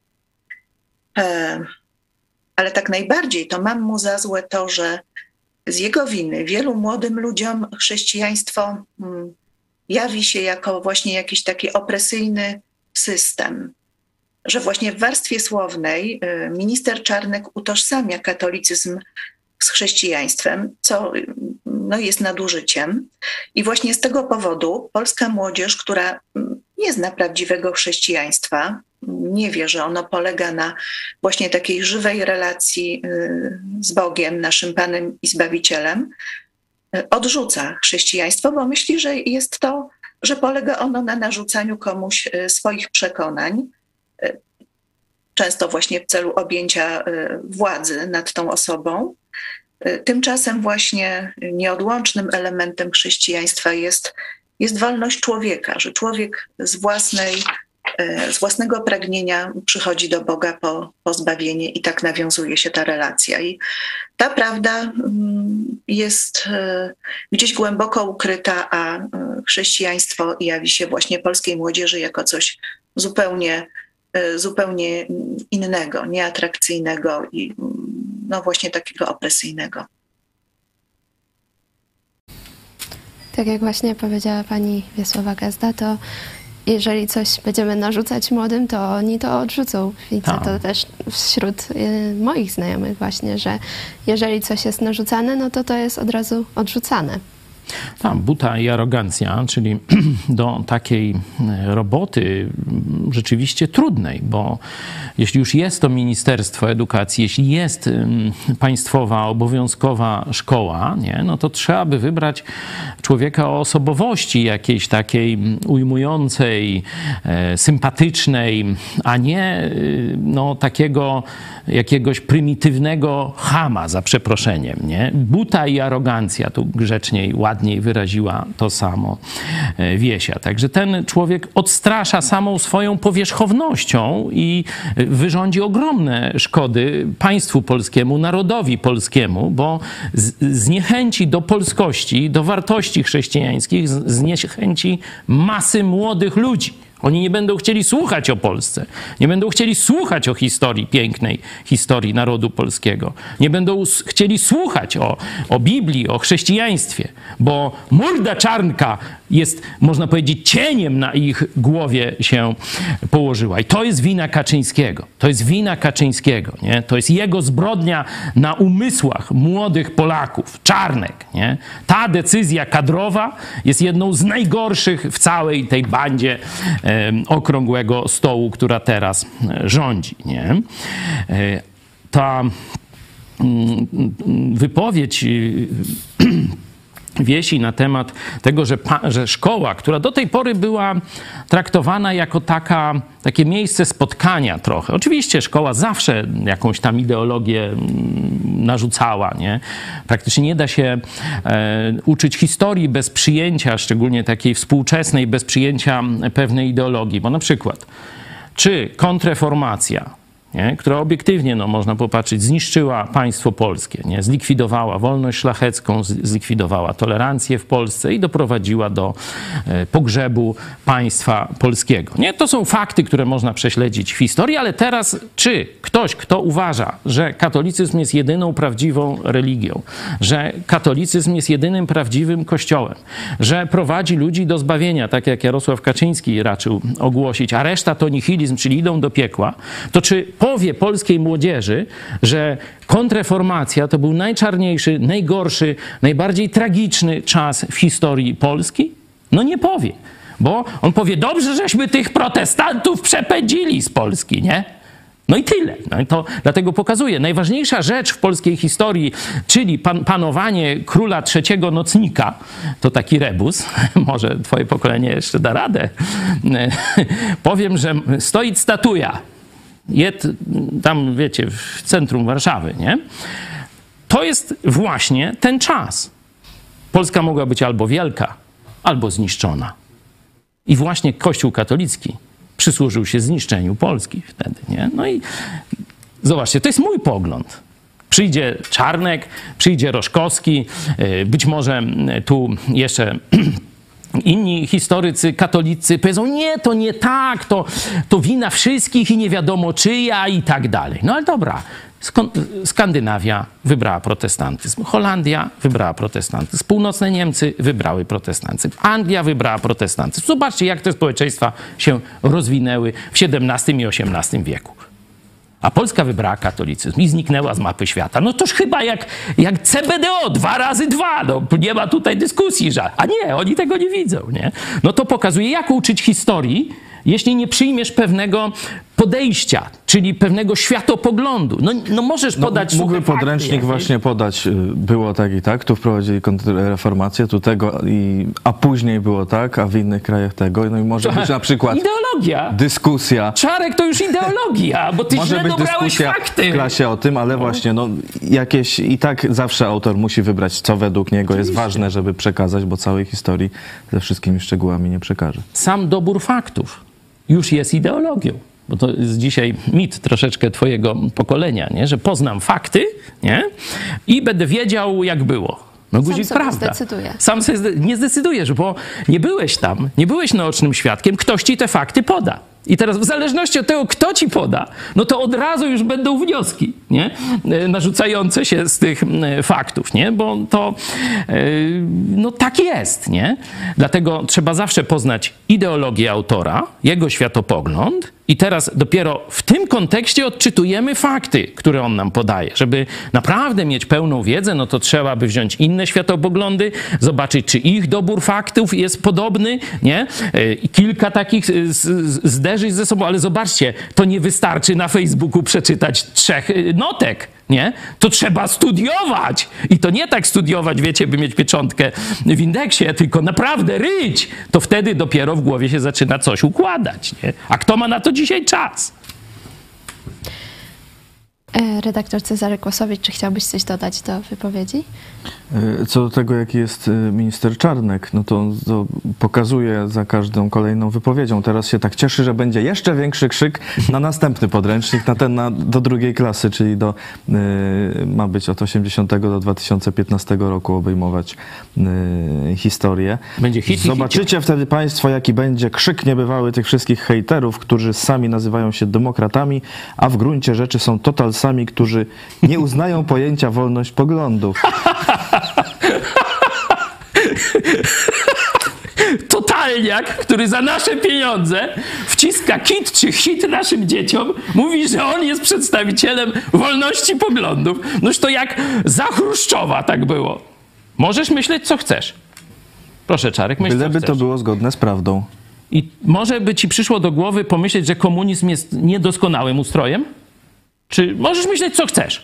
Ale tak najbardziej to mam mu za złe to, że z jego winy wielu młodym ludziom chrześcijaństwo jawi się jako właśnie jakiś taki opresyjny system. Że właśnie w warstwie słownej minister Czarnek utożsamia katolicyzm z chrześcijaństwem, co jest nadużyciem. I właśnie z tego powodu polska młodzież, która nie zna prawdziwego chrześcijaństwa, nie wie, że ono polega na właśnie takiej żywej relacji z Bogiem, naszym Panem i Zbawicielem, odrzuca chrześcijaństwo, bo myśli, że polega ono na narzucaniu komuś swoich przekonań, często właśnie w celu objęcia władzy nad tą osobą. Tymczasem właśnie nieodłącznym elementem chrześcijaństwa jest wolność człowieka, że człowiek z własnego pragnienia przychodzi do Boga po zbawienie i tak nawiązuje się ta relacja. I ta prawda jest gdzieś głęboko ukryta, a chrześcijaństwo jawi się właśnie polskiej młodzieży jako coś zupełnie innego, nieatrakcyjnego i właśnie takiego opresyjnego. Tak jak właśnie powiedziała pani Wiesława Gazda, to jeżeli coś będziemy narzucać młodym, to oni to odrzucą. Widzę to też wśród moich znajomych właśnie, że jeżeli coś jest narzucane, to jest od razu odrzucane. Tam buta i arogancja, czyli do takiej roboty rzeczywiście trudnej, bo jeśli już jest to Ministerstwo Edukacji, jeśli jest państwowa, obowiązkowa szkoła, nie, no to trzeba by wybrać człowieka o osobowości jakiejś takiej ujmującej, sympatycznej, a nie no, takiego jakiegoś prymitywnego chama, za przeproszeniem, nie? Buta i arogancja, tu grzeczniej, ładniej wyraziła to samo Wiesia. Także ten człowiek odstrasza samą swoją powierzchownością i wyrządzi ogromne szkody państwu polskiemu, narodowi polskiemu, bo zniechęci do polskości, do wartości chrześcijańskich, zniechęci masy młodych ludzi. Oni nie będą chcieli słuchać o Polsce, nie będą chcieli słuchać o historii, pięknej historii narodu polskiego. Nie będą chcieli słuchać o Biblii, o chrześcijaństwie, bo morda czarnka jest, można powiedzieć, cieniem na ich głowie się położyła. I to jest wina Kaczyńskiego. To jest wina Kaczyńskiego, nie? To jest jego zbrodnia na umysłach młodych Polaków. Czarnek, nie? Ta decyzja kadrowa jest jedną z najgorszych w całej tej bandzie okrągłego stołu, która teraz rządzi, nie? Ta wypowiedź Wiesi na temat tego, że szkoła, która do tej pory była traktowana jako takie miejsce spotkania trochę. Oczywiście szkoła zawsze jakąś tam ideologię narzucała, nie? Praktycznie nie da się uczyć historii bez przyjęcia, szczególnie takiej współczesnej, bez przyjęcia pewnej ideologii. Bo na przykład, czy kontrreformacja, nie? Która obiektywnie, no, można popatrzeć, zniszczyła państwo polskie, nie? Zlikwidowała wolność szlachecką, zlikwidowała tolerancję w Polsce i doprowadziła do pogrzebu państwa polskiego. Nie? To są fakty, które można prześledzić w historii, ale teraz czy ktoś, kto uważa, że katolicyzm jest jedyną prawdziwą religią, że katolicyzm jest jedynym prawdziwym kościołem, że prowadzi ludzi do zbawienia, tak jak Jarosław Kaczyński raczył ogłosić, a reszta to nihilizm, czyli idą do piekła, to czy powie polskiej młodzieży, że kontrreformacja to był najczarniejszy, najgorszy, najbardziej tragiczny czas w historii Polski? No nie powie, bo on powie, dobrze, żeśmy tych protestantów przepędzili z Polski, nie? No i tyle. No i to dlatego pokazuje. Najważniejsza rzecz w polskiej historii, czyli panowanie króla trzeciego nocnika, to taki rebus, może twoje pokolenie jeszcze da radę, powiem, że stoi statuja, tam, wiecie, w centrum Warszawy, nie? To jest właśnie ten czas. Polska mogła być albo wielka, albo zniszczona. I właśnie Kościół katolicki przysłużył się zniszczeniu Polski wtedy, nie? No i zobaczcie, to jest mój pogląd. Przyjdzie Czarnek, przyjdzie Roszkowski, być może tu jeszcze inni historycy katolicy powiedzą, nie, to nie tak, to wina wszystkich i nie wiadomo czyja i tak dalej. No ale dobra, Skandynawia wybrała protestantyzm, Holandia wybrała protestantyzm, północne Niemcy wybrały protestantyzm, Anglia wybrała protestantyzm. Zobaczcie, jak te społeczeństwa się rozwinęły w XVII i XVIII wieku. A Polska wybrała katolicyzm i zniknęła z mapy świata. No toż chyba jak CBDO, 2 razy 2, no nie ma tutaj dyskusji, że... A nie, oni tego nie widzą, nie? No to pokazuje, jak uczyć historii, jeśli nie przyjmiesz pewnego podejścia, czyli pewnego światopoglądu. No możesz podać... Mógłby podręcznik właśnie podać, było tak i tak, tu wprowadzili kontrreformację, tu tego, a później było tak, a w innych krajach tego. No i może być na przykład... Ideologia. Dyskusja. Czarek to już ideologia, bo ty źle dobrałeś fakty. W klasie o tym, ale właśnie, no jakieś... I tak zawsze autor musi wybrać, co według niego jest ważne, żeby przekazać, bo całej historii ze wszystkimi szczegółami nie przekaże. Sam dobór faktów już jest ideologią. Bo to jest dzisiaj mit troszeczkę twojego pokolenia, nie? Że poznam fakty, nie? I będę wiedział, jak było. No guzik, prawda. Sam sobie nie zdecydujesz, bo nie byłeś tam, nie byłeś naocznym świadkiem, ktoś ci te fakty poda. I teraz w zależności od tego, kto ci poda, no to od razu już będą wnioski, nie? Narzucające się z tych faktów, nie? Bo to, no tak jest, nie? Dlatego trzeba zawsze poznać ideologię autora, jego światopogląd I teraz dopiero w tym kontekście odczytujemy fakty, które on nam podaje. Żeby naprawdę mieć pełną wiedzę, no to trzeba by wziąć inne światopoglądy, zobaczyć, czy ich dobór faktów jest podobny, nie? I kilka takich zderzyć ze sobą, ale zobaczcie, to nie wystarczy na Facebooku przeczytać 3 notek, nie? To trzeba studiować. I to nie tak studiować, wiecie, by mieć pieczątkę w indeksie, tylko naprawdę ryć. To wtedy dopiero w głowie się zaczyna coś układać, nie? A kto ma na to dzisiaj czas? Redaktor Cezary Kłosowicz, czy chciałbyś coś dodać do wypowiedzi? Co do tego, jaki jest minister Czarnek, no to pokazuje za każdą kolejną wypowiedzią. Teraz się tak cieszy, że będzie jeszcze większy krzyk na następny podręcznik, do 2. klasy, czyli ma być od 80 do 2015 roku obejmować historię. Będzie hit. Zobaczycie wtedy państwo, jaki będzie krzyk niebywały tych wszystkich hejterów, którzy sami nazywają się demokratami, a w gruncie rzeczy są totalsami, którzy nie uznają pojęcia wolność poglądów. Totalniak, który za nasze pieniądze wciska kit czy hit naszym dzieciom, mówi, że on jest przedstawicielem wolności poglądów. Noż to jak za Chruszczowa tak było. Możesz myśleć, co chcesz. Proszę, Czarek, myśl, byleby co chcesz. to było zgodne z prawdą. I może by ci przyszło do głowy pomyśleć, że komunizm jest niedoskonałym ustrojem? Czy możesz myśleć, co chcesz?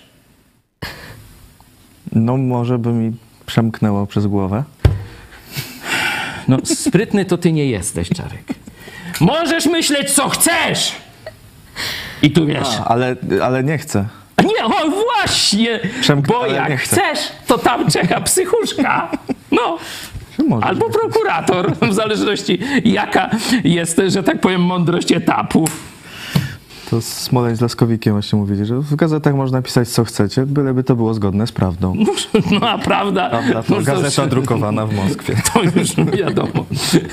No może by mi przemknęło przez głowę. No sprytny to ty nie jesteś, Czarek. Możesz myśleć, co chcesz! I tu wiesz... Ale nie chcę. Nie, o właśnie! Bo jak chcesz, to tam czeka psychuszka. No. Albo prokurator, w zależności jaka jest, że tak powiem, mądrość etapu. To Smoleń z Laskowikiem właśnie mówili, że w gazetach można pisać, co chcecie, byleby to było zgodne z prawdą. No a prawda... To gazeta drukowana w Moskwie. To już wiadomo.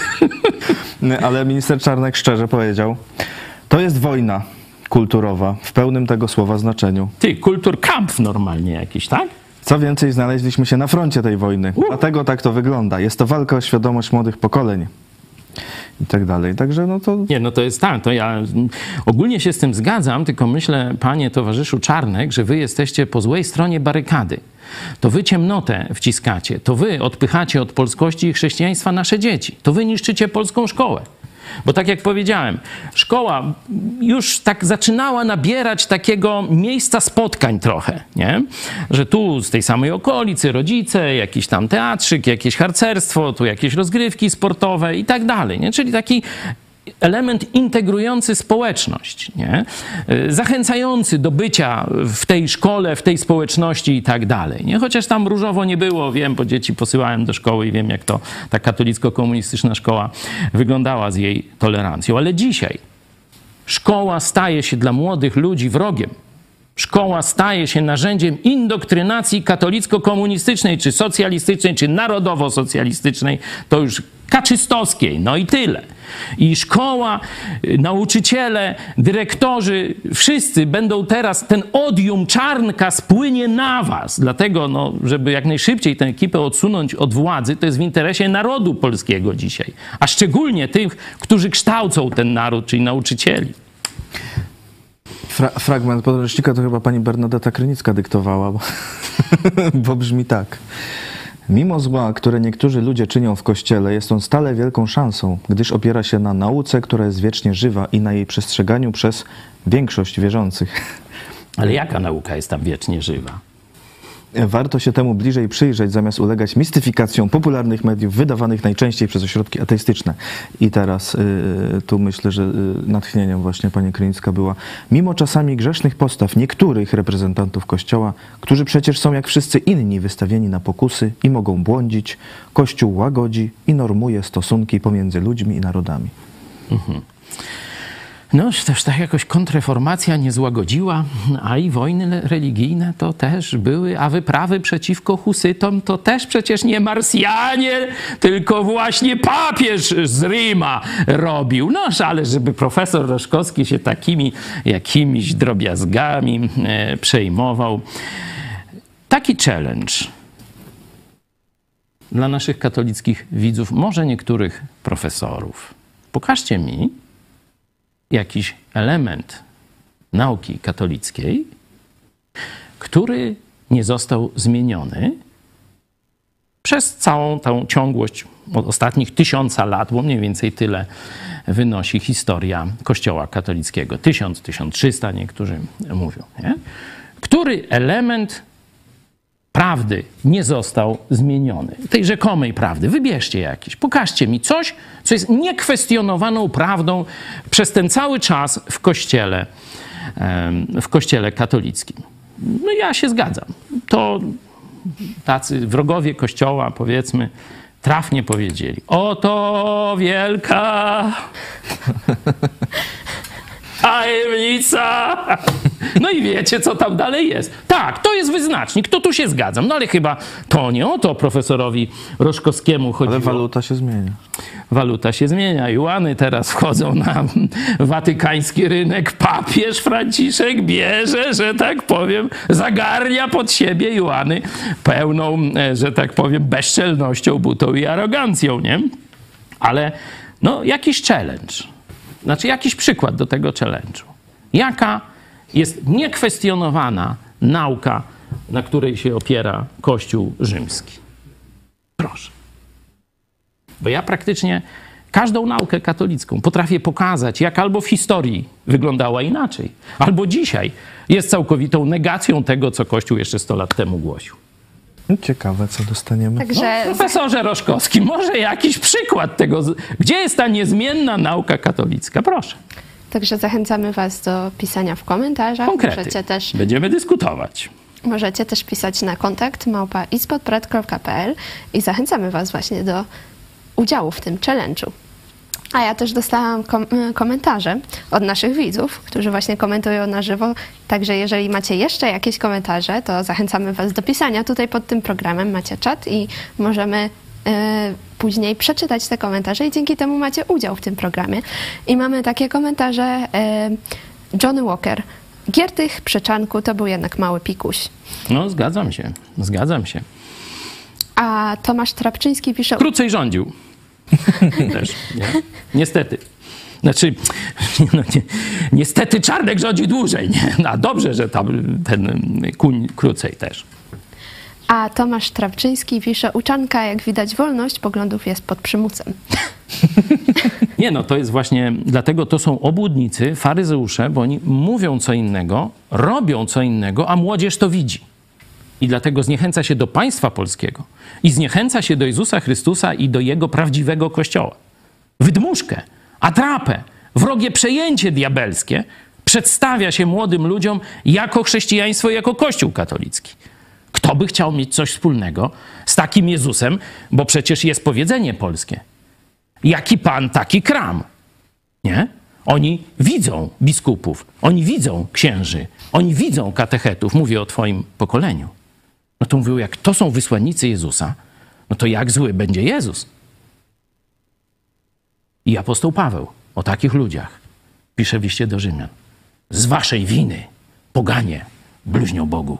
Ale minister Czarnek szczerze powiedział, to jest wojna kulturowa, w pełnym tego słowa znaczeniu. Ty, kulturkampf normalnie jakiś, tak? Co więcej, znaleźliśmy się na froncie tej wojny. Dlatego tak to wygląda. Jest to walka o świadomość młodych pokoleń. I tak dalej. Także no to... Nie, no to jest tak. To ja ogólnie się z tym zgadzam, tylko myślę, panie towarzyszu Czarnek, że wy jesteście po złej stronie barykady. To wy ciemnotę wciskacie. To wy odpychacie od polskości i chrześcijaństwa nasze dzieci. To wy niszczycie polską szkołę. Bo tak jak powiedziałem, szkoła już tak zaczynała nabierać takiego miejsca spotkań trochę, nie? Że tu z tej samej okolicy rodzice, jakiś tam teatrzyk, jakieś harcerstwo, tu jakieś rozgrywki sportowe i tak dalej, nie? Czyli taki element integrujący społeczność, nie? Zachęcający do bycia w tej szkole, w tej społeczności i tak dalej. Nie? Chociaż tam różowo nie było, wiem, bo dzieci posyłałem do szkoły i wiem, jak to ta katolicko-komunistyczna szkoła wyglądała z jej tolerancją. Ale dzisiaj szkoła staje się dla młodych ludzi wrogiem. Szkoła staje się narzędziem indoktrynacji katolicko-komunistycznej, czy socjalistycznej, czy narodowo-socjalistycznej, to już kaczystowskiej, no i tyle. I szkoła, nauczyciele, dyrektorzy, wszyscy będą teraz, ten odium Czarnka spłynie na was. Dlatego, no, żeby jak najszybciej tę ekipę odsunąć od władzy, to jest w interesie narodu polskiego dzisiaj. A szczególnie tych, którzy kształcą ten naród, czyli nauczycieli. Fragment podręcznika to chyba pani Bernadeta Krynicka dyktowała, bo brzmi tak. Mimo zła, które niektórzy ludzie czynią w Kościele, jest on stale wielką szansą, gdyż opiera się na nauce, która jest wiecznie żywa i na jej przestrzeganiu przez większość wierzących. Ale jaka nauka jest tam wiecznie żywa? Warto się temu bliżej przyjrzeć, zamiast ulegać mistyfikacjom popularnych mediów, wydawanych najczęściej przez ośrodki ateistyczne. I teraz tu myślę, że natchnieniem właśnie pani Krynicka była, mimo czasami grzesznych postaw niektórych reprezentantów Kościoła, którzy przecież są jak wszyscy inni wystawieni na pokusy i mogą błądzić, Kościół łagodzi i normuje stosunki pomiędzy ludźmi i narodami. Mhm. No, też tak jakoś kontrreformacja nie złagodziła, a i wojny religijne to też były, a wyprawy przeciwko husytom to też przecież nie Marsjanie, tylko właśnie papież z Rzyma robił. No, ale żeby profesor Roszkowski się takimi jakimiś drobiazgami przejmował. Taki challenge dla naszych katolickich widzów, może niektórych profesorów. Pokażcie mi, jakiś element nauki katolickiej, który nie został zmieniony przez całą tą ciągłość od ostatnich 1000 lat, bo mniej więcej tyle wynosi historia Kościoła katolickiego. 1000, 1300 niektórzy mówią. Nie? Który element prawdy nie został zmieniony? Tej rzekomej prawdy. Wybierzcie jakiś. Pokażcie mi coś, co jest niekwestionowaną prawdą przez ten cały czas w Kościele katolickim. No ja się zgadzam. To tacy wrogowie Kościoła, powiedzmy, trafnie powiedzieli: oto wielka tajemnica. No i wiecie, co tam dalej jest. Tak, to jest wyznacznik, to tu się zgadzam. No ale chyba to nie o to profesorowi Roszkowskiemu chodziło. Ale waluta się zmienia. Waluta się zmienia. Juany teraz wchodzą na watykański rynek. Papież Franciszek bierze, że tak powiem, zagarnia pod siebie juany pełną, że tak powiem, bezczelnością, butą i arogancją, nie? Ale no jakiś challenge. Znaczy jakiś przykład do tego challenge'u. Jaka jest niekwestionowana nauka, na której się opiera Kościół rzymski? Proszę. Bo ja praktycznie każdą naukę katolicką potrafię pokazać, jak albo w historii wyglądała inaczej, albo dzisiaj jest całkowitą negacją tego, co Kościół jeszcze 100 lat temu głosił. Ciekawe, co dostaniemy. Także... No, profesorze Roszkowski, może jakiś przykład tego, gdzie jest ta niezmienna nauka katolicka? Proszę. Także zachęcamy was do pisania w komentarzach. Konkrety. Będziemy dyskutować. Możecie też pisać na kontakt @ispodprat.pl i zachęcamy was właśnie do udziału w tym challenge'u. A ja też dostałam komentarze od naszych widzów, którzy właśnie komentują na żywo. Także jeżeli macie jeszcze jakieś komentarze, to zachęcamy was do pisania. Tutaj pod tym programem macie czat i możemy później przeczytać te komentarze i dzięki temu macie udział w tym programie. I mamy takie komentarze. Johnny Walker. Giertych przy czanku to był jednak mały pikuś. No, zgadzam się. A Tomasz Trapczyński pisze... Krócej rządził. Też, nie? Niestety. Znaczy, niestety Czarnek rządzi dłużej, nie? A dobrze, że tam ten kuń krócej też. A Tomasz Trapczyński pisze: uczanka, jak widać, wolność poglądów jest pod przymusem. Nie, no to jest właśnie, dlatego to są obłudnicy, faryzeusze, bo oni mówią co innego, robią co innego, a młodzież to widzi. I dlatego zniechęca się do państwa polskiego i zniechęca się do Jezusa Chrystusa i do Jego prawdziwego Kościoła. Wydmuszkę, atrapę, wrogie przejęcie diabelskie przedstawia się młodym ludziom jako chrześcijaństwo, jako Kościół katolicki. Kto by chciał mieć coś wspólnego z takim Jezusem, bo przecież jest powiedzenie polskie. Jaki pan, taki kram. Nie? Oni widzą biskupów, oni widzą księży, oni widzą katechetów. Mówię o twoim pokoleniu. No to mówią, jak to są wysłannicy Jezusa, no to jak zły będzie Jezus? I apostoł Paweł o takich ludziach pisze w liście do Rzymian: z waszej winy, poganie, bluźnią Bogu.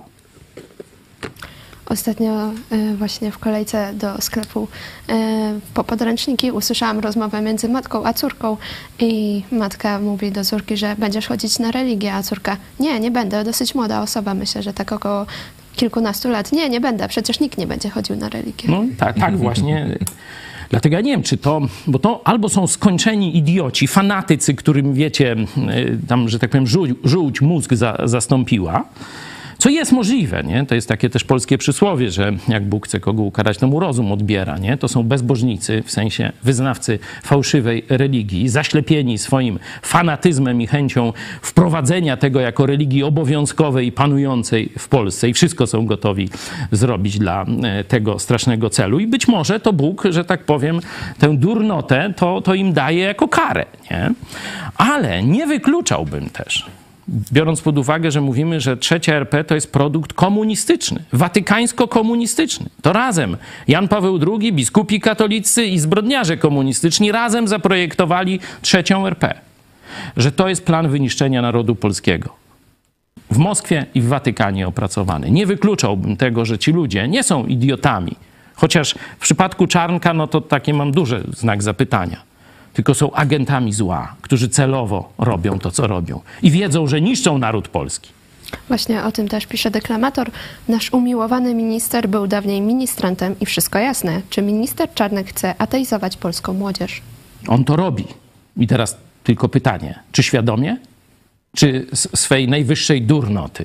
Ostatnio właśnie w kolejce do sklepu po podręczniki usłyszałam rozmowę między matką a córką i matka mówi do córki, że będziesz chodzić na religię, a córka: nie będę, dosyć młoda osoba, myślę, że tak około kilkunastu lat. Nie będę, przecież nikt nie będzie chodził na religię. No tak właśnie. Dlatego ja nie wiem, czy to, bo to albo są skończeni idioci, fanatycy, którym, wiecie, tam, że tak powiem, żółć mózg zastąpiła, co jest możliwe, nie? To jest takie też polskie przysłowie, że jak Bóg chce kogo ukarać, to mu rozum odbiera, nie? To są bezbożnicy, w sensie wyznawcy fałszywej religii, zaślepieni swoim fanatyzmem i chęcią wprowadzenia tego jako religii obowiązkowej i panującej w Polsce i wszystko są gotowi zrobić dla tego strasznego celu. I być może to Bóg, że tak powiem, tę durnotę to im daje jako karę, nie? Ale nie wykluczałbym też, biorąc pod uwagę, że mówimy, że trzecia RP to jest produkt komunistyczny, watykańsko-komunistyczny. To razem Jan Paweł II, biskupi katolicy i zbrodniarze komunistyczni razem zaprojektowali trzecią RP. Że to jest plan wyniszczenia narodu polskiego. W Moskwie i w Watykanie opracowany. Nie wykluczałbym tego, że ci ludzie nie są idiotami. Chociaż w przypadku Czarnka, no to takie mam duży znak zapytania. tylko są agentami zła, którzy celowo robią to, co robią. I wiedzą, że niszczą naród polski. Właśnie o tym też pisze deklamator. Nasz umiłowany minister był dawniej ministrantem i wszystko jasne. Czy minister Czarnek chce ateizować polską młodzież? On to robi. I teraz tylko pytanie, czy świadomie, czy z swej najwyższej durnoty?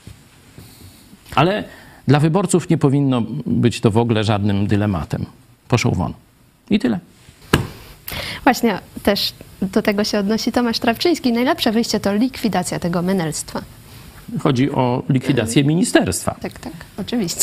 Ale dla wyborców nie powinno być to w ogóle żadnym dylematem. Poszł won. I tyle. Właśnie też do tego się odnosi Tomasz Trawczyński. Najlepsze wyjście to likwidacja tego menelstwa. Chodzi o likwidację ministerstwa. Tak, oczywiście.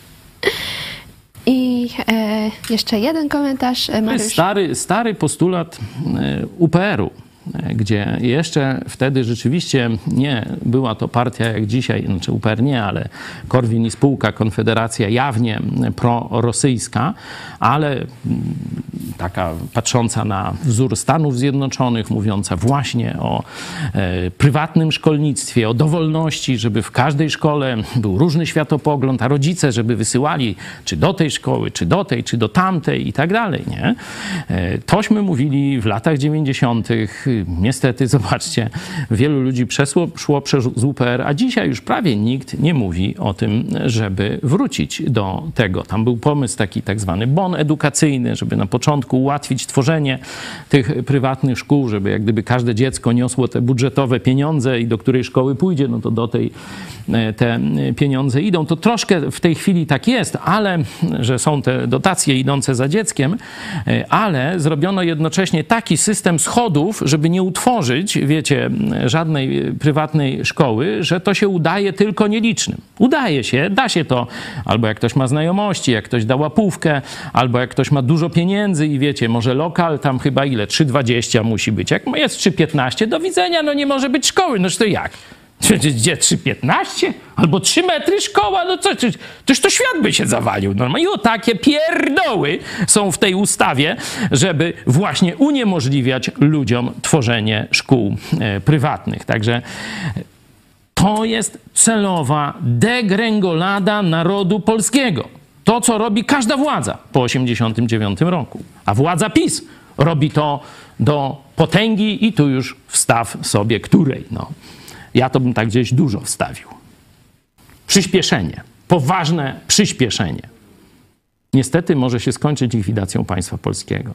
I jeszcze jeden komentarz. Stary postulat UPR-u, gdzie jeszcze wtedy rzeczywiście nie była to partia jak dzisiaj, znaczy UPR nie, ale Korwin i spółka, Konfederacja jawnie prorosyjska, ale taka patrząca na wzór Stanów Zjednoczonych, mówiąca właśnie o prywatnym szkolnictwie, o dowolności, żeby w każdej szkole był różny światopogląd, a rodzice, żeby wysyłali czy do tej szkoły, czy do tej, czy do tamtej i tak dalej, nie? Tośmy mówili w latach 90. Niestety, zobaczcie, wielu ludzi szło przez UPR, a dzisiaj już prawie nikt nie mówi o tym, żeby wrócić do tego. Tam był pomysł taki tak zwany bon edukacyjny, żeby na początku ułatwić tworzenie tych prywatnych szkół, żeby jak gdyby każde dziecko niosło te budżetowe pieniądze i do której szkoły pójdzie, no to do tej te pieniądze idą. To troszkę w tej chwili tak jest, ale że są te dotacje idące za dzieckiem, ale zrobiono jednocześnie taki system schodów, żeby nie utworzyć, wiecie, żadnej prywatnej szkoły, że to się udaje tylko nielicznym. Udaje się, da się to, albo jak ktoś ma znajomości, jak ktoś da łapówkę, albo jak ktoś ma dużo pieniędzy i wiecie, może lokal tam chyba ile? 3,20 musi być. Jak jest 3,15, do widzenia, no nie może być szkoły. No to jak? Gdzie 3,15? Albo 3 metry szkoła? No co? Toż to świat by się zawalił. Normalnie. I o takie pierdoły są w tej ustawie, żeby właśnie uniemożliwiać ludziom tworzenie szkół prywatnych. Także to jest celowa degrengolada narodu polskiego. To, co robi każda władza po 1989 roku. A władza PiS robi to do potęgi i tu już wstaw sobie której. No. Ja to bym tak gdzieś dużo wstawił. Przyspieszenie. Poważne przyspieszenie. Niestety może się skończyć likwidacją państwa polskiego.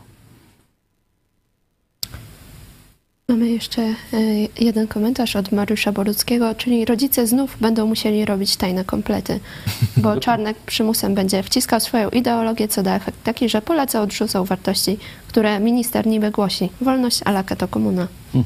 Mamy jeszcze jeden komentarz od Mariusza Boruckiego, czyli rodzice znów będą musieli robić tajne komplety, bo Czarnek przymusem będzie wciskał swoją ideologię, co da efekt taki, że Polacy odrzucą wartości, które minister niby głosi. Wolność a la Kato Komuna.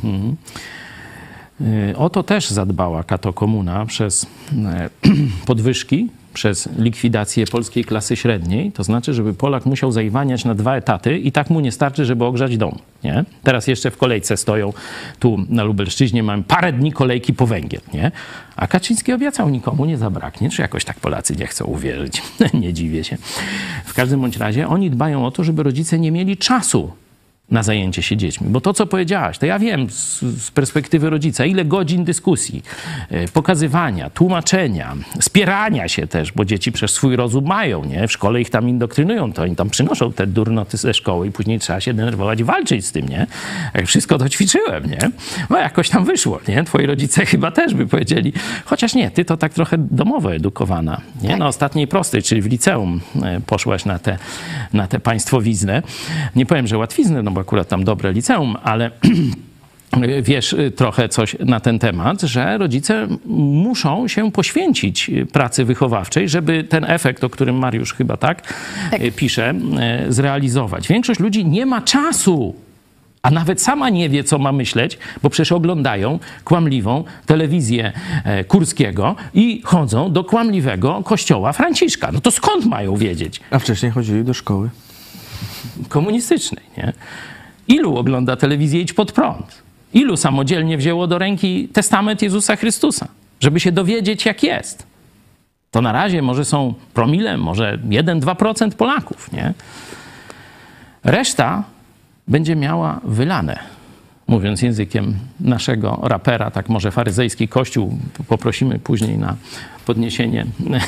O to też zadbała Kato Komuna przez podwyżki, przez likwidację polskiej klasy średniej. To znaczy, żeby Polak musiał zajwaniać na 2 etaty i tak mu nie starczy, żeby ogrzać dom. Nie? Teraz jeszcze w kolejce stoją tu na Lubelszczyźnie, mamy parę dni kolejki po węgiel. Nie? A Kaczyński obiecał, nikomu nie zabraknie. Czy jakoś tak Polacy nie chcą uwierzyć? Nie dziwię się. W każdym bądź razie oni dbają o to, żeby rodzice nie mieli czasu na zajęcie się dziećmi. Bo to, co powiedziałaś, to ja wiem z perspektywy rodzica, ile godzin dyskusji, pokazywania, tłumaczenia, spierania się też, bo dzieci przez swój rozum mają, nie? W szkole ich tam indoktrynują, to oni tam przynoszą te durnoty ze szkoły i później trzeba się denerwować i walczyć z tym, nie? Jak wszystko to ćwiczyłem, nie? No jakoś tam wyszło, nie? Twoi rodzice chyba też by powiedzieli, chociaż nie, ty to tak trochę domowo edukowana, nie? Tak. Na ostatniej prostej, czyli w liceum poszłaś na tę państwowiznę. Nie powiem, że łatwiznę, no bo akurat tam dobre liceum, ale wiesz trochę coś na ten temat, że rodzice muszą się poświęcić pracy wychowawczej, żeby ten efekt, o którym Mariusz chyba tak pisze, zrealizować. Większość ludzi nie ma czasu, a nawet sama nie wie, co ma myśleć, bo przecież oglądają kłamliwą telewizję Kurskiego i chodzą do kłamliwego kościoła Franciszka. No to skąd mają wiedzieć? A wcześniej chodzili do szkoły komunistycznej, nie? Ilu ogląda telewizję Idź Pod Prąd? Ilu samodzielnie wzięło do ręki testament Jezusa Chrystusa, żeby się dowiedzieć, jak jest? To na razie może są promile, może 1-2% Polaków, nie? Reszta będzie miała wylane. Mówiąc językiem naszego rapera, tak może faryzejski kościół, poprosimy później na podniesienie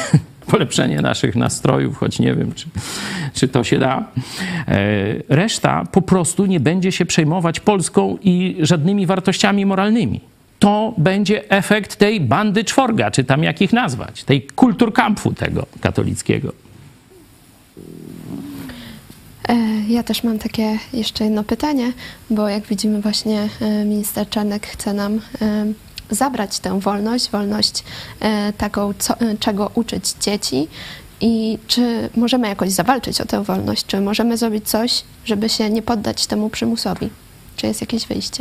polepszenie naszych nastrojów, choć nie wiem, czy to się da. Reszta po prostu nie będzie się przejmować Polską i żadnymi wartościami moralnymi. To będzie efekt tej bandy czworga, czy tam jak ich nazwać, tej kulturkampfu tego katolickiego. Ja też mam takie jeszcze jedno pytanie, bo jak widzimy właśnie minister Czarnek chce nam zabrać tę wolność taką, czego uczyć dzieci i czy możemy jakoś zawalczyć o tę wolność, czy możemy zrobić coś, żeby się nie poddać temu przymusowi? Czy jest jakieś wyjście?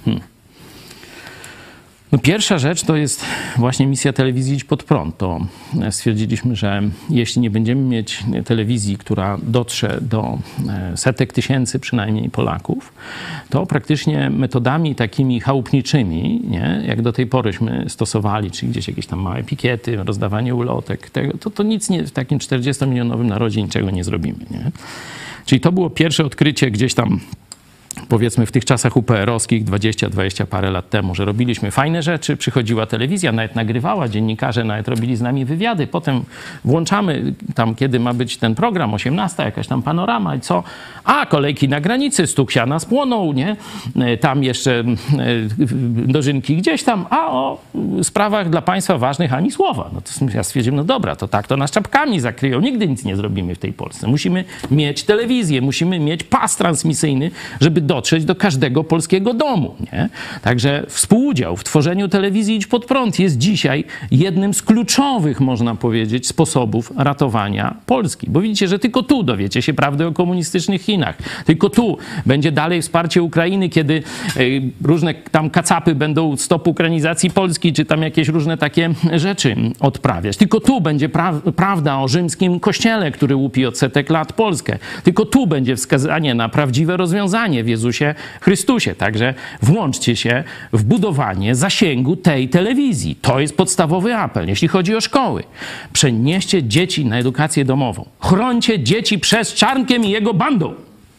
No pierwsza rzecz to jest właśnie misja telewizji Idź Pod Prąd. To stwierdziliśmy, że jeśli nie będziemy mieć telewizji, która dotrze do setek tysięcy przynajmniej Polaków, to praktycznie metodami takimi chałupniczymi, nie, jak do tej poryśmy stosowali, czyli gdzieś jakieś tam małe pikiety, rozdawanie ulotek, to nic nie, w takim 40-milionowym narodzie niczego nie zrobimy. Nie? Czyli to było pierwsze odkrycie gdzieś tam, powiedzmy w tych czasach UPR-owskich 20 parę lat temu, że robiliśmy fajne rzeczy, przychodziła telewizja, nawet nagrywała, dziennikarze nawet robili z nami wywiady, potem włączamy tam, kiedy ma być ten program, 18, jakaś tam panorama i co? A, kolejki na granicy, stuk siana spłonął, nie? Tam jeszcze dożynki gdzieś tam, a o sprawach dla państwa ważnych ani słowa. No to ja stwierdziłem, no dobra, to tak to nas czapkami zakryją, nigdy nic nie zrobimy w tej Polsce. Musimy mieć telewizję, musimy mieć pas transmisyjny, żeby dotrzeć do każdego polskiego domu. Nie? Także współudział w tworzeniu telewizji Idź Pod Prąd jest dzisiaj jednym z kluczowych, można powiedzieć, sposobów ratowania Polski. Bo widzicie, że tylko tu dowiecie się prawdy o komunistycznych Chinach. Tylko tu będzie dalej wsparcie Ukrainy, kiedy różne tam kacapy będą stop ukrainizacji Polski, czy tam jakieś różne takie rzeczy odprawiać. Tylko tu będzie prawda o rzymskim kościele, który łupi od setek lat Polskę. Tylko tu będzie wskazanie na prawdziwe rozwiązanie w Jezusie Chrystusie. Także włączcie się w budowanie zasięgu tej telewizji. To jest podstawowy apel. Jeśli chodzi o szkoły, przenieście dzieci na edukację domową. Chrońcie dzieci przed Czarnkiem i jego bandą.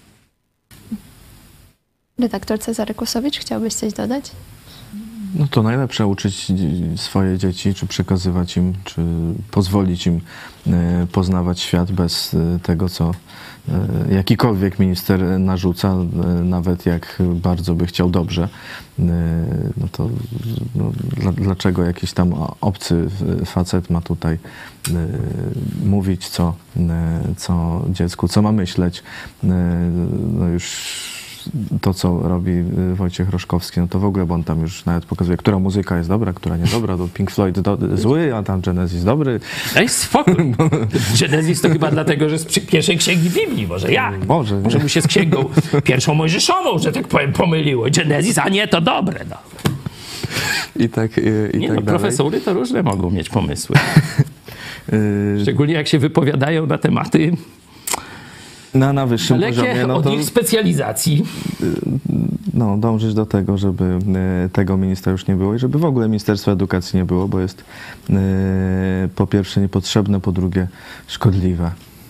Redaktor Cezary Kłosowicz, chciałbyś coś dodać? No to najlepsze uczyć swoje dzieci, czy przekazywać im, czy pozwolić im poznawać świat bez tego, co jakikolwiek minister narzuca, nawet jak bardzo by chciał dobrze. No to dlaczego jakiś tam obcy facet ma tutaj mówić, co dziecku, co ma myśleć? No już to, co robi Wojciech Hroszkowski, no to w ogóle, bo on tam już nawet pokazuje, która muzyka jest dobra, która niedobra, to Pink Floyd zły, a tam Genesis dobry. Daj spokój. Genesis to chyba dlatego, że z pierwszej księgi Biblii, może ja. Może mu się z księgą pierwszą Mojżeszową, że tak powiem, pomyliło. Genesis, a nie, to dobre. No. I tak profesory to różne mogą mieć pomysły. Szczególnie jak się wypowiadają na tematy na wyższym poziomie. No od ich specjalizacji. No, dążyć do tego, żeby tego ministra już nie było i żeby w ogóle Ministerstwa Edukacji nie było, bo jest po pierwsze niepotrzebne, po drugie szkodliwe.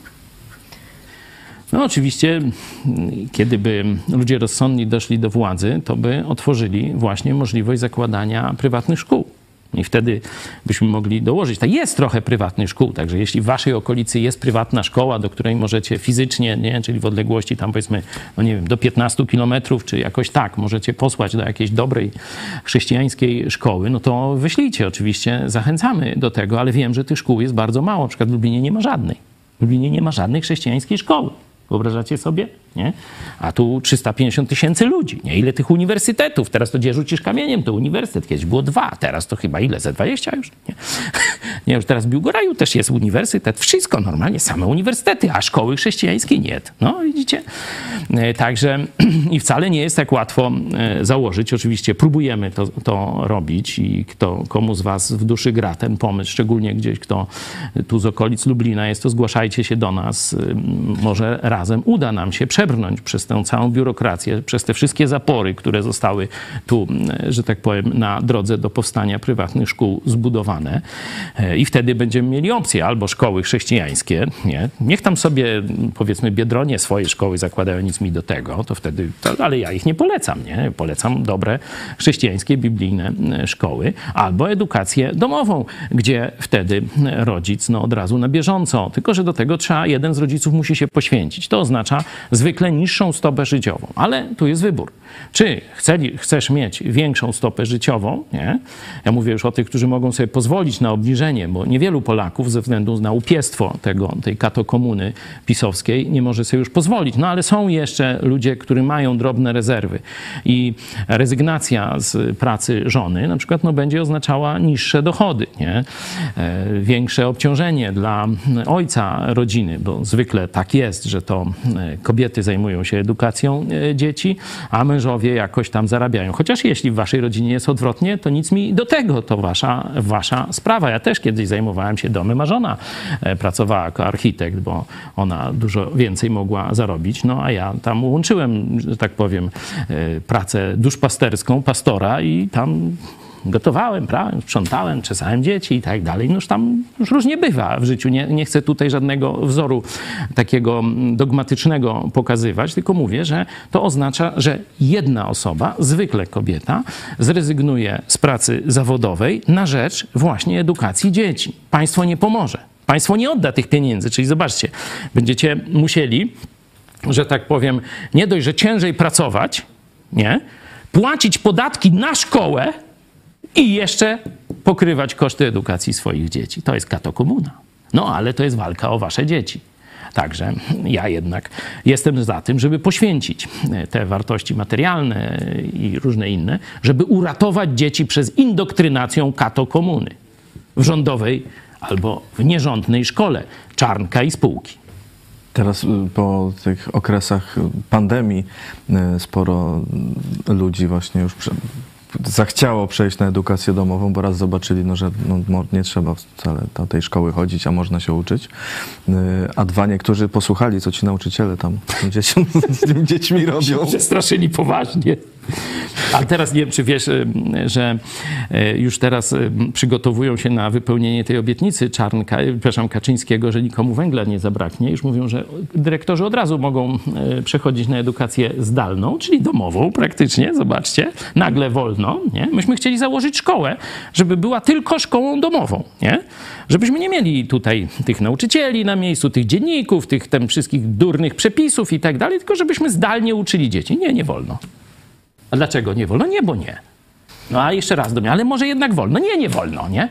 No oczywiście, kiedy by ludzie rozsądni doszli do władzy, to by otworzyli właśnie możliwość zakładania prywatnych szkół. I wtedy byśmy mogli dołożyć. Tak, jest trochę prywatnych szkół, także jeśli w waszej okolicy jest prywatna szkoła, do której możecie fizycznie, nie, czyli w odległości tam powiedzmy, no nie wiem, do 15 kilometrów, czy jakoś tak, możecie posłać do jakiejś dobrej chrześcijańskiej szkoły, no to wyślijcie oczywiście, zachęcamy do tego, ale wiem, że tych szkół jest bardzo mało. Na przykład w Lublinie nie ma żadnej. W Lublinie nie ma żadnej chrześcijańskiej szkoły. Wyobrażacie sobie? Nie? A tu 350 000 ludzi. Nie? Ile tych uniwersytetów? Teraz to gdzie rzucisz kamieniem, to uniwersytet. Kiedyś było 2, teraz to chyba ile? Ze 20 już? Nie, nie, już teraz w Biłgoraju też jest uniwersytet. Wszystko normalnie, same uniwersytety, a szkoły chrześcijańskie nie. No widzicie? Także i wcale nie jest tak łatwo założyć. Oczywiście próbujemy to robić i komu z was w duszy gra ten pomysł, szczególnie gdzieś kto tu z okolic Lublina jest, to zgłaszajcie się do nas. Może razem uda nam się przebrnąć przez tę całą biurokrację, przez te wszystkie zapory, które zostały tu, że tak powiem, na drodze do powstania prywatnych szkół zbudowane. I wtedy będziemy mieli opcję albo szkoły chrześcijańskie, nie? Niech tam sobie, powiedzmy, Biedronie swoje szkoły zakładają, nic mi do tego, to wtedy ale ja ich nie polecam, nie? Polecam dobre chrześcijańskie, biblijne szkoły albo edukację domową, gdzie wtedy rodzic od razu na bieżąco, tylko że do tego jeden z rodziców musi się poświęcić. To oznacza zwykle niższą stopę życiową, ale tu jest wybór. Czy chcesz mieć większą stopę życiową, nie? Ja mówię już o tych, którzy mogą sobie pozwolić na obniżenie, bo niewielu Polaków ze względu na upiestwo tej katokomuny pisowskiej nie może sobie już pozwolić. No ale są jeszcze ludzie, którzy mają drobne rezerwy i rezygnacja z pracy żony na przykład będzie oznaczała niższe dochody, nie? Większe obciążenie dla ojca rodziny, bo zwykle tak jest, że to kobiety zajmują się edukacją dzieci, a mężowie jakoś tam zarabiają. Chociaż jeśli w waszej rodzinie jest odwrotnie, to nic mi do tego, to wasza sprawa. Ja też kiedyś zajmowałem się domem, a żona pracowała jako architekt, bo ona dużo więcej mogła zarobić, no a ja tam łączyłem, że tak powiem, pracę duszpasterską pastora i tam gotowałem, prałem, sprzątałem, czesałem dzieci i tak dalej. Noż tam już różnie bywa w życiu. Nie chcę tutaj żadnego wzoru takiego dogmatycznego pokazywać, tylko mówię, że to oznacza, że jedna osoba, zwykle kobieta, zrezygnuje z pracy zawodowej na rzecz właśnie edukacji dzieci. Państwo nie pomoże. Państwo nie odda tych pieniędzy. Czyli zobaczcie, będziecie musieli, że tak powiem, nie dość, że ciężej pracować, nie? Płacić podatki na szkołę, i jeszcze pokrywać koszty edukacji swoich dzieci. To jest katokomuna. No ale to jest walka o wasze dzieci. Także ja jednak jestem za tym, żeby poświęcić te wartości materialne i różne inne, żeby uratować dzieci przez indoktrynację katokomuny w rządowej albo w nierządnej szkole Czarnka i spółki. Teraz po tych okresach pandemii sporo ludzi właśnie już zachciało przejść na edukację domową, bo raz zobaczyli, że nie trzeba wcale do tej szkoły chodzić, a można się uczyć. A dwa, niektórzy posłuchali, co ci nauczyciele tam z tymi dziećmi robią. Przestraszyli poważnie. A teraz nie wiem, czy wiesz, że już teraz przygotowują się na wypełnienie tej obietnicy Kaczyńskiego, że nikomu węgla nie zabraknie. Już mówią, że dyrektorzy od razu mogą przechodzić na edukację zdalną, czyli domową praktycznie, zobaczcie, nagle wolno. Nie? Myśmy chcieli założyć szkołę, żeby była tylko szkołą domową, nie? Żebyśmy nie mieli tutaj tych nauczycieli na miejscu, tych dzienników, tych tam wszystkich durnych przepisów i tak dalej, tylko żebyśmy zdalnie uczyli dzieci. Nie wolno. A dlaczego nie wolno? Nie, bo nie. No a jeszcze raz do mnie, ale może jednak wolno? Nie wolno, nie?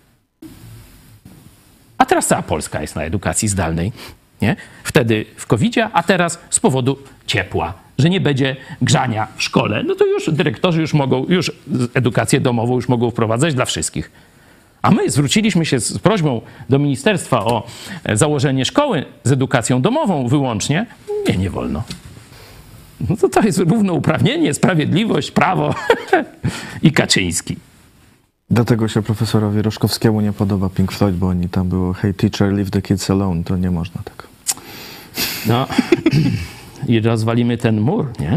A teraz cała Polska jest na edukacji zdalnej, nie? Wtedy w COVID-zie, a teraz z powodu ciepła, że nie będzie grzania w szkole. No to już dyrektorzy już edukację domową już mogą wprowadzać dla wszystkich. A my zwróciliśmy się z prośbą do ministerstwa o założenie szkoły z edukacją domową wyłącznie. Nie wolno. No to jest równouprawnienie, sprawiedliwość, prawo i Kaczyński. Dlatego się profesorowi Roszkowskiemu nie podoba Pink Floyd, bo oni tam było hey teacher, leave the kids alone. To nie można tak. No i rozwalimy ten mur, nie?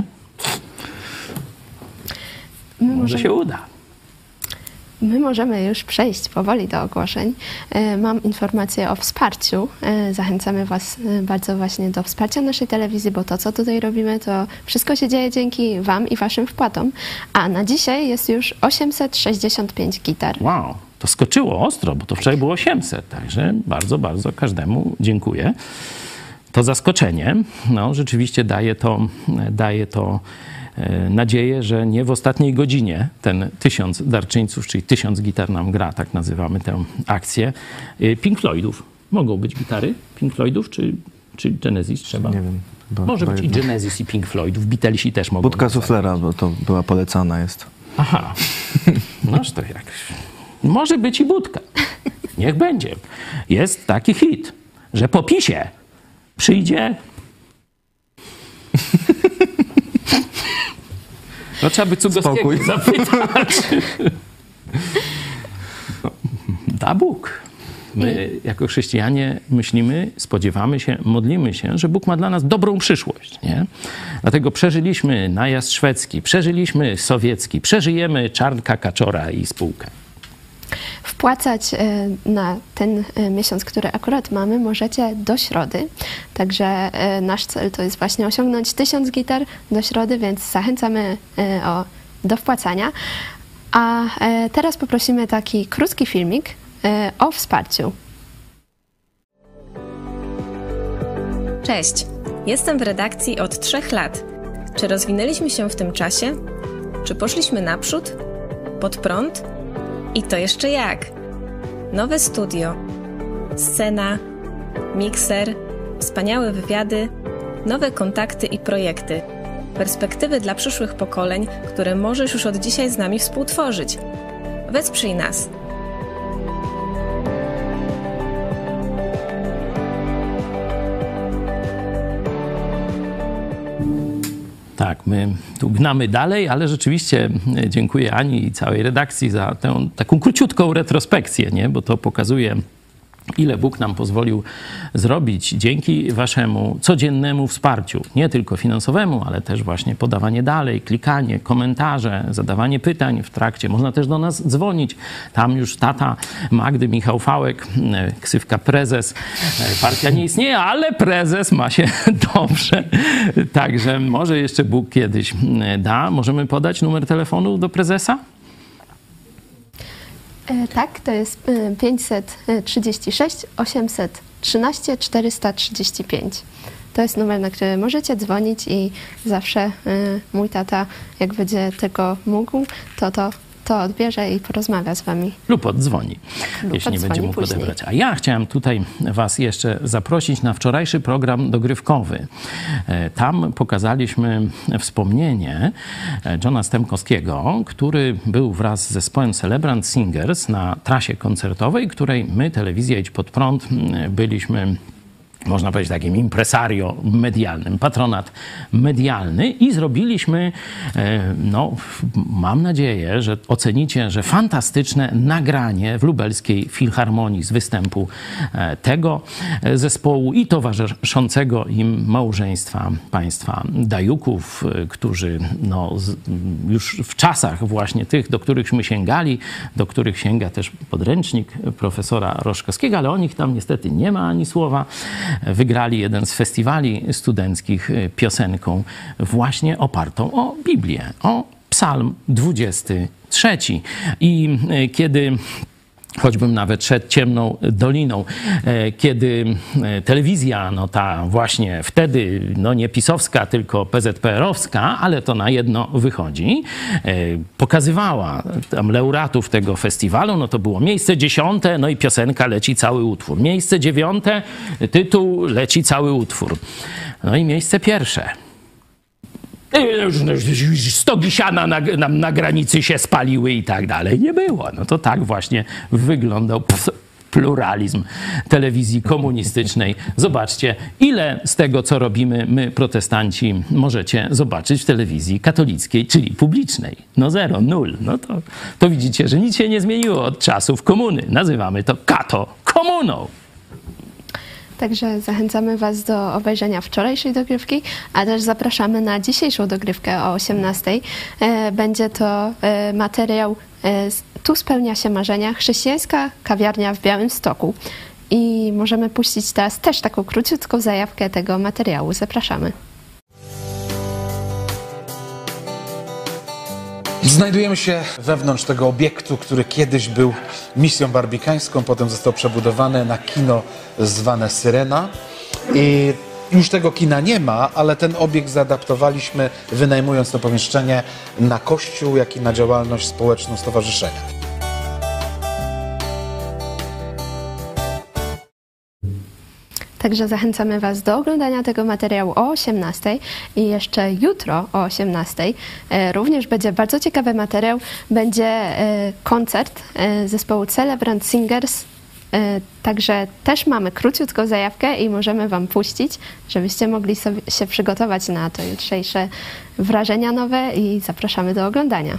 Może się uda. My możemy już przejść powoli do ogłoszeń. Mam informację o wsparciu. Zachęcamy Was bardzo właśnie do wsparcia naszej telewizji, bo to, co tutaj robimy, to wszystko się dzieje dzięki Wam i Waszym wpłatom. A na dzisiaj jest już 865 gitar. Wow, to skoczyło ostro, bo to wczoraj było 800, także bardzo, bardzo każdemu dziękuję. To zaskoczenie, rzeczywiście daje to nadzieję, że nie w ostatniej godzinie ten 1000 darczyńców, czyli 1000 gitar nam gra, tak nazywamy tę akcję. Pink Floydów. Mogą być gitary Pink Floydów, czy Genesis trzeba? Nie wiem. Może być i Genesis, i Pink Floydów. Beatlesi też mogą. Budka suflera, bo to była polecana jest. Aha. Noż to jak... Może być i budka. Niech będzie. Jest taki hit, że po PiS-ie przyjdzie... No trzeba by Cugowskiego zapytać. Da Bóg. My jako chrześcijanie myślimy, spodziewamy się, modlimy się, że Bóg ma dla nas dobrą przyszłość. Nie? Dlatego przeżyliśmy najazd szwedzki, przeżyliśmy sowiecki, przeżyjemy Czarnka, Kaczora i spółkę. Wpłacać na ten miesiąc, który akurat mamy, możecie do środy. Także nasz cel to jest właśnie osiągnąć 1000 gitar do środy, więc zachęcamy do wpłacania. A teraz poprosimy taki krótki filmik o wsparciu. Cześć, jestem w redakcji od 3 lat. Czy rozwinęliśmy się w tym czasie? Czy poszliśmy naprzód? Pod prąd? I to jeszcze jak? Nowe studio, scena, mikser, wspaniałe wywiady, nowe kontakty i projekty. Perspektywy dla przyszłych pokoleń, które możesz już od dzisiaj z nami współtworzyć. Wesprzyj nas. Tak, my tu gnamy dalej, ale rzeczywiście dziękuję Ani i całej redakcji za tę taką króciutką retrospekcję, nie? Bo to pokazuje, ile Bóg nam pozwolił zrobić dzięki waszemu codziennemu wsparciu. Nie tylko finansowemu, ale też właśnie podawanie dalej, klikanie, komentarze, zadawanie pytań w trakcie. Można też do nas dzwonić. Tam już tata Magdy, Michał Fałek, ksywka prezes. Partia nie istnieje, ale prezes ma się dobrze. Także może jeszcze Bóg kiedyś da. Możemy podać numer telefonu do prezesa? Tak, to jest 536 813 435. To jest numer, na który możecie dzwonić i zawsze mój tata, jak będzie tego mógł, to odbierze i porozmawia z wami. Lub oddzwoni, jeśli nie będzie mógł odebrać. A ja chciałem tutaj was jeszcze zaprosić na wczorajszy program dogrywkowy. Tam pokazaliśmy wspomnienie Johna Stemkowskiego, który był wraz z zespołem Celebrant Singers na trasie koncertowej, której my, Telewizja Idź Pod Prąd, byliśmy, można powiedzieć, takim impresario medialnym, patronat medialny i zrobiliśmy, no mam nadzieję, że ocenicie, że fantastyczne nagranie w Lubelskiej Filharmonii z występu tego zespołu i towarzyszącego im małżeństwa państwa Dajuków, którzy no, już w czasach właśnie tych, do którychśmy sięgali, do których sięga też podręcznik profesora Roszkowskiego, ale o nich tam niestety nie ma ani słowa. Wygrali jeden z festiwali studenckich piosenką właśnie opartą o Biblię, o Psalm 23. I kiedy choćbym nawet szedł ciemną doliną, kiedy telewizja, no ta właśnie wtedy, no nie pisowska, tylko PZPR-owska, ale to na jedno wychodzi, pokazywała tam laureatów tego festiwalu, no to było miejsce 10, no i piosenka leci cały utwór. Miejsce 9, tytuł leci cały utwór. No i miejsce 1. 100 siana na granicy się spaliły i tak dalej. Nie było. No to tak właśnie wyglądał pluralizm telewizji komunistycznej. Zobaczcie, ile z tego, co robimy my, protestanci, możecie zobaczyć w telewizji katolickiej, czyli publicznej. No 0, 0. No to widzicie, że nic się nie zmieniło od czasów komuny. Nazywamy to kato-komuną. Także zachęcamy was do obejrzenia wczorajszej dogrywki, a też zapraszamy na dzisiejszą dogrywkę o 18:00. Będzie to materiał Tu spełnia się marzenia, chrześcijańska kawiarnia w Białymstoku. I możemy puścić teraz też taką króciutką zajawkę tego materiału. Zapraszamy. Znajdujemy się wewnątrz tego obiektu, który kiedyś był misją barbikańską, potem został przebudowany na kino zwane Syrena. I już tego kina nie ma, ale ten obiekt zaadaptowaliśmy, wynajmując to pomieszczenie na kościół, jak i na działalność społeczną stowarzyszenia. Także zachęcamy was do oglądania tego materiału o 18:00 i jeszcze jutro o 18:00 również będzie bardzo ciekawy materiał. Będzie koncert zespołu Celebrant Singers. Także też mamy króciutką zajawkę i możemy wam puścić, żebyście mogli sobie się przygotować na to jutrzejsze wrażenia nowe i zapraszamy do oglądania.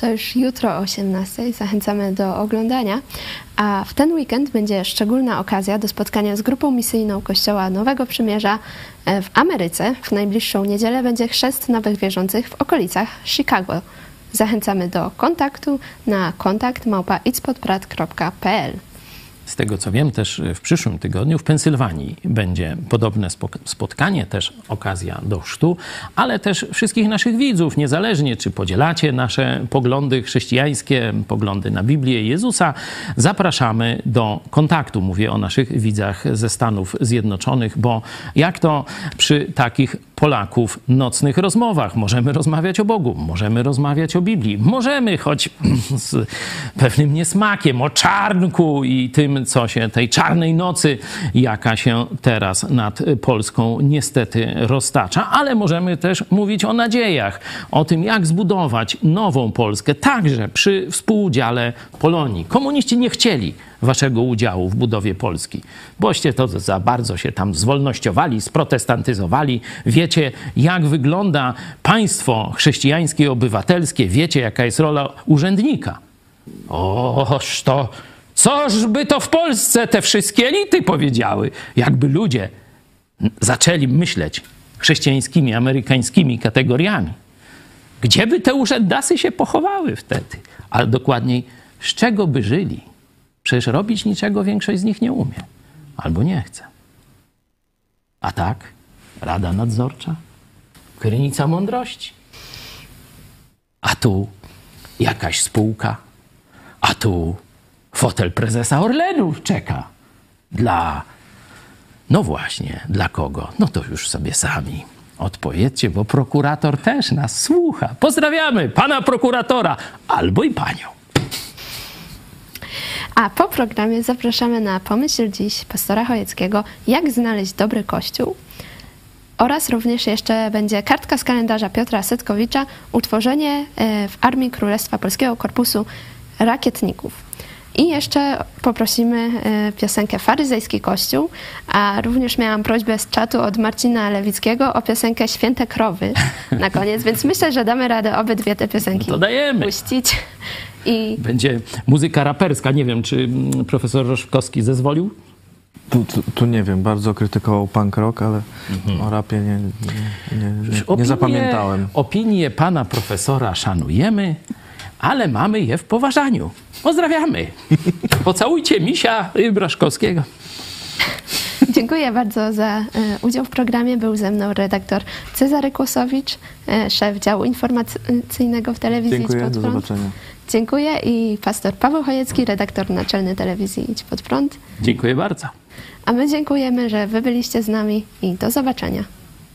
to już jutro o 18:00. Zachęcamy do oglądania. A w ten weekend będzie szczególna okazja do spotkania z grupą misyjną Kościoła Nowego Przymierza w Ameryce. W najbliższą niedzielę będzie chrzest nowych wierzących w okolicach Chicago. Zachęcamy do kontaktu na kontakt@itspodprat.pl. Z tego co wiem, też w przyszłym tygodniu w Pensylwanii będzie podobne spotkanie, też okazja do chrztu, ale też wszystkich naszych widzów, niezależnie czy podzielacie nasze poglądy chrześcijańskie, poglądy na Biblię i Jezusa, zapraszamy do kontaktu. Mówię o naszych widzach ze Stanów Zjednoczonych, bo jak to przy takich Polaków nocnych rozmowach? Możemy rozmawiać o Bogu, możemy rozmawiać o Biblii, możemy, choć z pewnym niesmakiem, o czarnku i tym, co się tej czarnej nocy, jaka się teraz nad Polską niestety roztacza, ale możemy też mówić o nadziejach, o tym, jak zbudować nową Polskę, także przy współudziale Polonii. Komuniści nie chcieli waszego udziału w budowie Polski, boście to za bardzo się tam zwolnościowali, sprotestantyzowali. Wiecie, jak wygląda państwo chrześcijańskie, obywatelskie, wiecie, jaka jest rola urzędnika. Oż to, coż by to w Polsce te wszystkie elity powiedziały, jakby ludzie zaczęli myśleć chrześcijańskimi, amerykańskimi kategoriami. Gdzie by te urzędasy się pochowały wtedy? Ale dokładniej, z czego by żyli? Przecież robić niczego większość z nich nie umie. Albo nie chce. A tak, Rada Nadzorcza, krynica mądrości. A tu jakaś spółka, a tu fotel prezesa Orlenu czeka. No właśnie, dla kogo? No to już sobie sami odpowiedzcie, bo prokurator też nas słucha. Pozdrawiamy pana prokuratora albo i panią. A po programie zapraszamy na Pomyśl dziś pastora Chojeckiego, jak znaleźć dobry kościół. Oraz również jeszcze będzie kartka z kalendarza Piotra Setkowicza, utworzenie w Armii Królestwa Polskiego Korpusu Rakietników. I jeszcze poprosimy piosenkę Faryzejski Kościół, a również miałam prośbę z czatu od Marcina Lewickiego o piosenkę Święte Krowy na koniec, więc myślę, że damy radę obydwie te piosenki puścić. I będzie muzyka raperska. Nie wiem, czy profesor Roszkowski zezwolił? Tu nie wiem, bardzo krytykował punk rock, ale o rapie nie zapamiętałem. Opinie pana profesora szanujemy, ale mamy je w poważaniu. Pozdrawiamy. Pocałujcie misia Braszkowskiego. Dziękuję bardzo za udział w programie. Był ze mną redaktor Cezary Kłosowicz, szef działu informacyjnego w telewizji Idź Pod Prąd. Do zobaczenia. Dziękuję i pastor Paweł Chojecki, redaktor naczelny telewizji Idź Pod Prąd. Dziękuję bardzo. A my dziękujemy, że wy byliście z nami i do zobaczenia.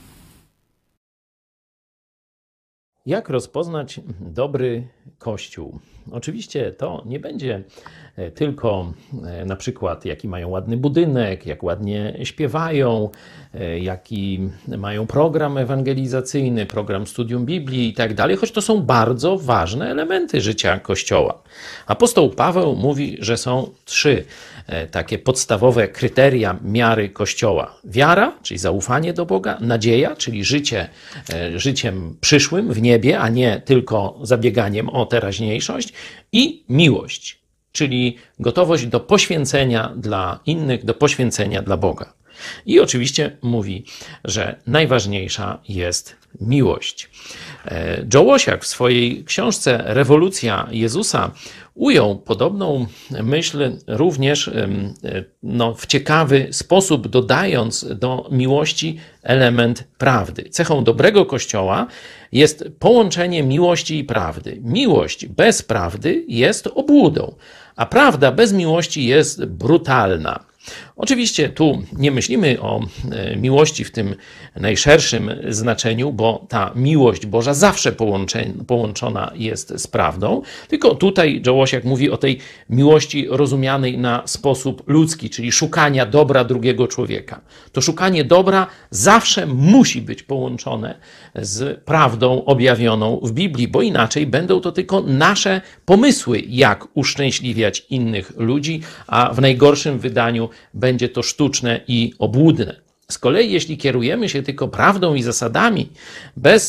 Jak rozpoznać dobry Kościół? Oczywiście to nie będzie tylko na przykład jaki mają ładny budynek, jak ładnie śpiewają, jaki mają program ewangelizacyjny, program studium Biblii i tak dalej, choć to są bardzo ważne elementy życia Kościoła. Apostoł Paweł mówi, że są 3 takie podstawowe kryteria miary Kościoła. Wiara, czyli zaufanie do Boga, nadzieja, czyli życiem przyszłym w niebie, a nie tylko zabieganiem o teraźniejszość, i miłość, czyli gotowość do poświęcenia dla innych, do poświęcenia dla Boga. I oczywiście mówi, że najważniejsza jest miłość. Joe Łosiak w swojej książce Rewolucja Jezusa ujął podobną myśl również w ciekawy sposób, dodając do miłości element prawdy. Cechą dobrego Kościoła jest połączenie miłości i prawdy. Miłość bez prawdy jest obłudą, a prawda bez miłości jest brutalna. Oczywiście tu nie myślimy o miłości w tym najszerszym znaczeniu, bo ta miłość Boża zawsze połączona jest z prawdą, tylko tutaj Joe Łosiak mówi o tej miłości rozumianej na sposób ludzki, czyli szukania dobra drugiego człowieka. To szukanie dobra zawsze musi być połączone z prawdą objawioną w Biblii, bo inaczej będą to tylko nasze pomysły, jak uszczęśliwiać innych ludzi, a w najgorszym wydaniu będzie to sztuczne i obłudne. Z kolei jeśli kierujemy się tylko prawdą i zasadami, bez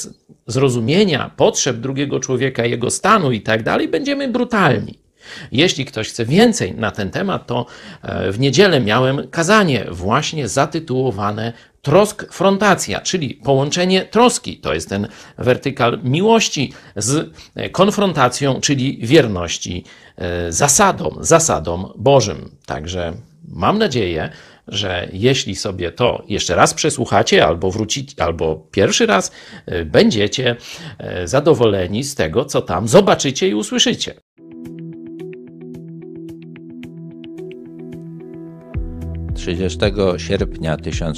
zrozumienia potrzeb drugiego człowieka, jego stanu i tak dalej, będziemy brutalni. Jeśli ktoś chce więcej na ten temat, to w niedzielę miałem kazanie właśnie zatytułowane Trosk-frontacja, czyli połączenie troski, to jest ten wertykal miłości z konfrontacją, czyli wierności zasadom Bożym. Także mam nadzieję, że jeśli sobie to jeszcze raz przesłuchacie, albo wrócicie, albo pierwszy raz, będziecie zadowoleni z tego, co tam zobaczycie i usłyszycie. Dnia 30 sierpnia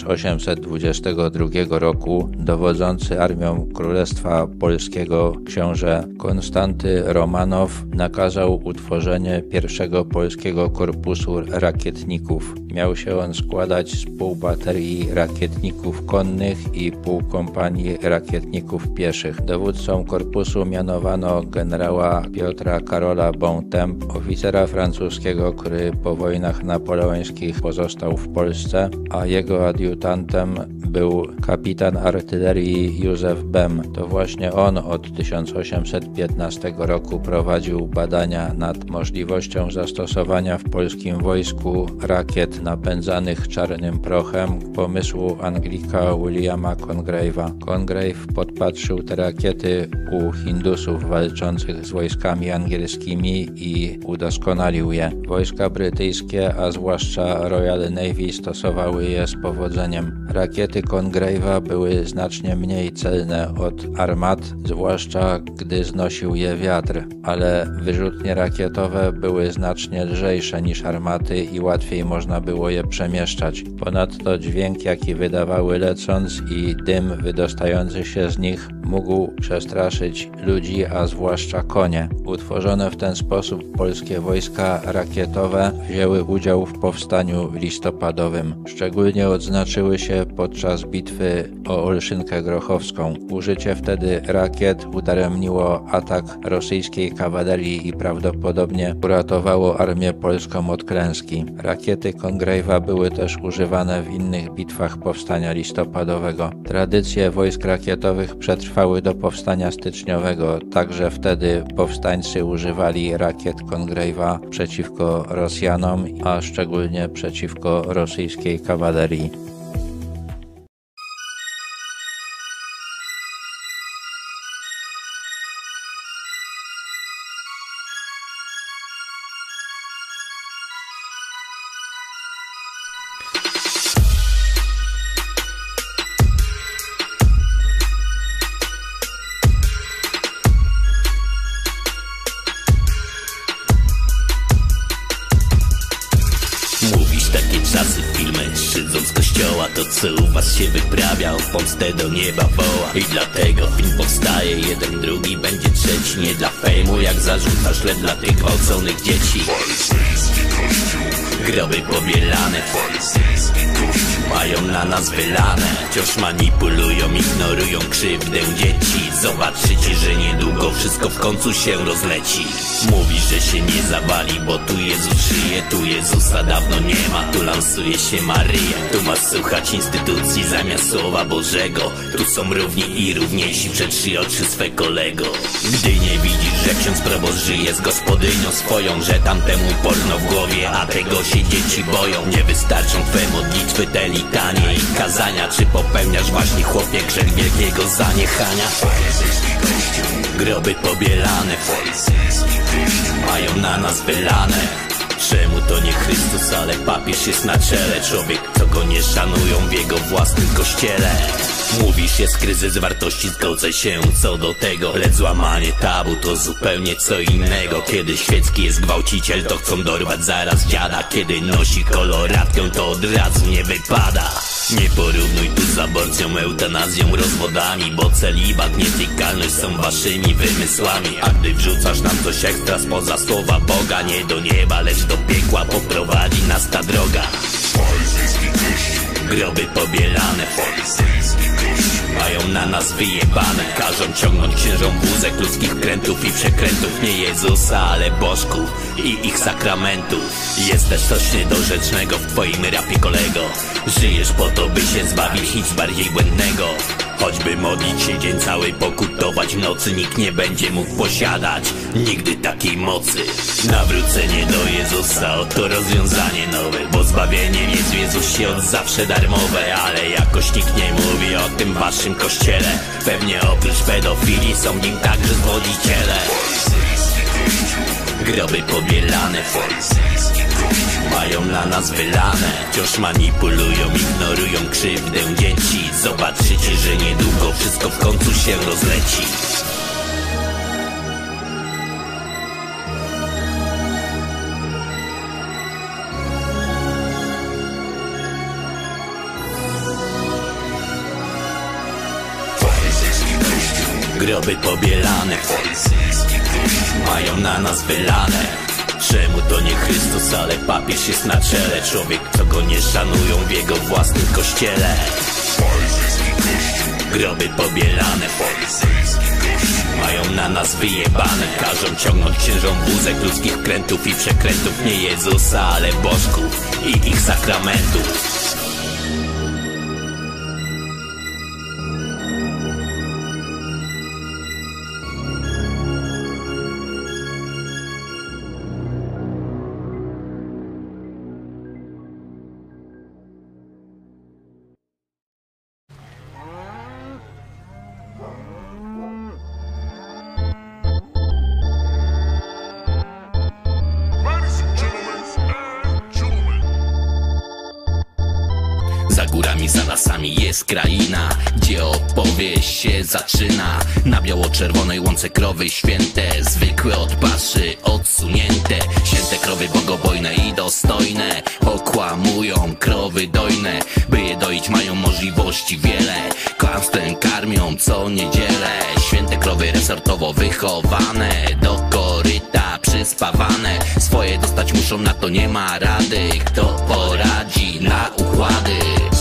1822 roku dowodzący armią Królestwa Polskiego książę Konstanty Romanow nakazał utworzenie pierwszego polskiego korpusu rakietników. Miał się on składać z pół baterii rakietników konnych i pół kompanii rakietników pieszych. Dowódcą korpusu mianowano generała Piotra Karola Bontemps, oficera francuskiego, który po wojnach napoleońskich pozostał w Polsce, a jego adiutantem był kapitan artylerii Józef Bem. To właśnie on od 1815 roku prowadził badania nad możliwością zastosowania w polskim wojsku rakiet napędzanych czarnym prochem pomysłu Anglika Williama Congrave'a. Congrave podpatrzył te rakiety u Hindusów walczących z wojskami angielskimi i udoskonalił je. Wojska brytyjskie, a zwłaszcza Royal Navy, stosowały je z powodzeniem. Rakiety Congrave'a były znacznie mniej celne od armat, zwłaszcza gdy znosił je wiatr, ale wyrzutnie rakietowe były znacznie lżejsze niż armaty i łatwiej można było je przemieszczać. Ponadto dźwięk, jaki wydawały lecąc, i dym wydostający się z nich mógł przestraszyć ludzi, a zwłaszcza konie. Utworzone w ten sposób polskie wojska rakietowe wzięły udział w powstaniu listopadowym. Szczególnie odznaczyły się podczas bitwy o Olszynkę Grochowską. Użycie wtedy rakiet udaremniło atak rosyjskiej kawalerii i prawdopodobnie uratowało armię polską od klęski. Rakiety Congrave'a były też używane w innych bitwach powstania listopadowego. Tradycje wojsk rakietowych przetrwały do powstania styczniowego, także wtedy powstańcy używali rakiet Congrave'a przeciwko Rosjanom, a szczególnie przeciwko rosyjskiej kawalerii. To co u was się wyprawia, w pomstę do nieba woła. I dlatego film powstaje, jeden, drugi, będzie trzeci. Nie dla fejmu, jak zarzucasz, lecz dla tych gwałconych dzieci. Groby pobielane, mają na nas wylane. Wciąż manipulują, ignorują krzywdę dzieci. Zobaczycie, że niedługo wszystko w końcu się rozleci. Mówisz, że się nie zawali, bo tu Jezus żyje. Tu Jezusa dawno nie ma, tu lansuje się Maryja. Tu masz słuchać instytucji zamiast Słowa Bożego. Tu są równi i równiejsi przed 3 oczy swe kolego. Gdy nie widzisz, że ksiądz proboszcz żyje z gospodynią swoją, że tamtemu porno w głowie, a tego się dzieci boją. Nie wystarczą twe modlitwy, te litanie i kazania. Czy popełniasz właśnie, chłopie, grzech wielkiego zaniechania? Groby pobielane, mają na nas wylane. Czemu to nie Chrystus, ale papież jest na czele? Człowiek, co go nie szanują w jego własnym kościele. Mówisz, jest kryzys wartości, zgodzę się co do tego. Lecz złamanie tabu to zupełnie co innego. Kiedy świecki jest gwałciciel, to chcą dorwać zaraz dziada. Kiedy nosi koloratkę, to od razu nie wypada. Nie porównuj tu z aborcją, eutanazją, rozwodami, bo celibat, nietykalność są waszymi wymysłami. A gdy wrzucasz nam coś ekstra spoza słowa Boga, nie do nieba, lecz do piekła poprowadzi nas ta droga. Groby pobielane, mają na nas wyjebane. Każą ciągnąć księżom wózek ludzkich krętów i przekrętów. Nie Jezusa, ale bożków i ich sakramentów. Jest też coś niedorzecznego w twoim rapie, kolego. Żyjesz po to, by się zbawić, nic bardziej błędnego. Choćby modlić się dzień cały, pokutować w nocy, nikt nie będzie mógł posiadać nigdy takiej mocy. Nawrócenie do Jezusa, oto rozwiązanie nowe, bo zbawieniem jest Jezus się od zawsze darmowe. Ale jakoś nikt nie mówi o tym w waszym kościele. Pewnie oprócz pedofilii są w nim także zwodziciele. Groby pobielane, mają na nas wylane. Wciąż manipulują, ignorują krzywdę dzieci. Zobaczycie, że niedługo wszystko w końcu się rozleci. Groby pobielane, mają na nas wylane. Czemu to nie Chrystus, ale papież jest na czele? Człowiek, co go nie szanują w jego własnym kościele. Groby pobielane, mają na nas wyjebane. Każą ciągnąć księżom wózek ludzkich krętów i przekrętów. Nie Jezusa, ale bożków i ich sakramentów. Za lasami jest kraina, gdzie opowieść się zaczyna. Na biało-czerwonej łące krowy święte, zwykłe od paszy odsunięte. Święte krowy bogobojne i dostojne okłamują krowy dojne. By je doić mają możliwości wiele, kłamstwem karmią co niedzielę. Święte krowy resortowo wychowane, do koryta przyspawane. Swoje dostać muszą, na to nie ma rady. Kto poradzi na układy?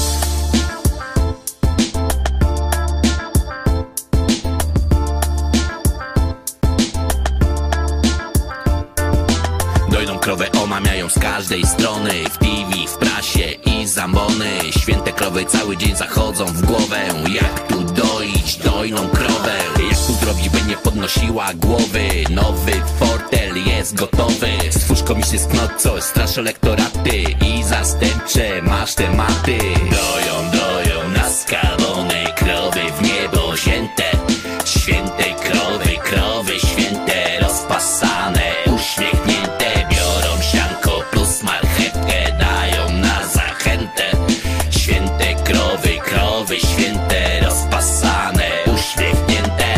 Krowę omamiają z każdej strony, w TV, w prasie i zambony. Święte krowy cały dzień zachodzą w głowę. Jak tu doić dojną krowę? Jak tu zrobić, by nie podnosiła głowy? Nowy fortel jest gotowy. Stwórz komisję z knot, co strasz elektoraty i zastępcze masz tematy. Doją nas skalonej krowy w niebo wzięte. Święte krowy święte, rozpasane, uśmiechnięte. Biorą sianko plus marchewkę, dają na zachętę. Święte krowy święte, rozpasane, uśmiechnięte.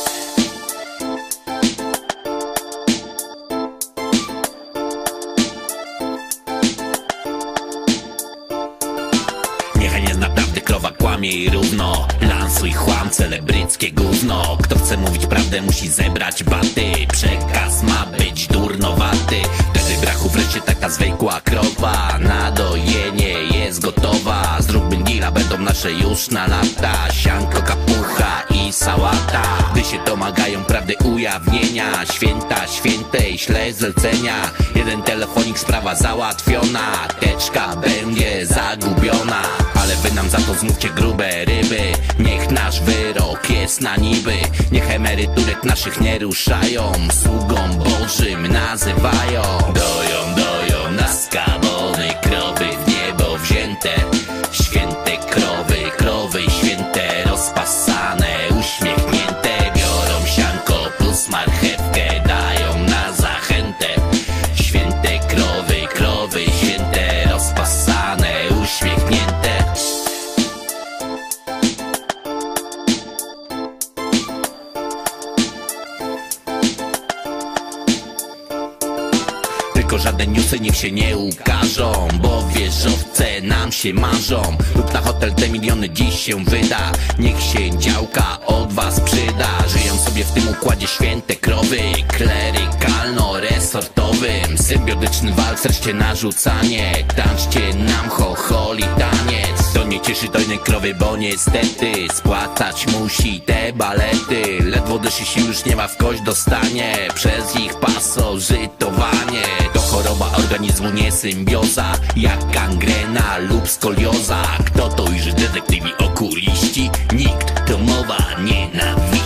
Niechaj jest naprawdę krowa, kłamie i równo. Lansuj chłam, celebryckie gówno. Kto chce mówić prawdę, musi zebrać baty. Przekaz ma być durnowaty. Wtedy brachu wreszcie taka zwykła krowa. Na dojenie jest gotowa. Zróbmy deala, będą nasze już na lata. Sianko, kapucha i sałata. Gdy się domagają prawdy ujawnienia. Święta świętej, śle zlecenia. Jeden telefonik, sprawa załatwiona. Teczka będzie zagubiona. Ale wy nam za to zmówcie grube ryby. Niech nasz wyrok jest na niby. Niech emeryturek naszych nie ruszają. Sługą Bożym nazywają. Doją nas skabony krowy w niebo wzięte. Święte krowy święte, rozpasane, uśmiechnięte. Biorą sianko plus marchewkę, dają na zachętę. Święte krowy święte, rozpasane, uśmiechnięte. Tylko żadne newsy niech się nie ukażą, bo wieżowce nam się marzą. Lub na hotel te miliony dziś się wyda. Niech się działka od was przyda. Żyją sobie w tym układzie święte krowy, klerykalno-resortowym. Symbiotyczny walc, wreszcie narzucanie. Tańczcie nam chocholi taniec. To nie cieszy dojnej krowy, bo niestety spłacać musi te balety. Ledwo dyszy się już nie ma w kość dostanie. Przez ich pasożytowanie. To choroba organizmu nie symbioza, jak gangrena lub skolioza. Kto to ujrzy, detektywi okuliści? Nikt, to mowa nienawiści.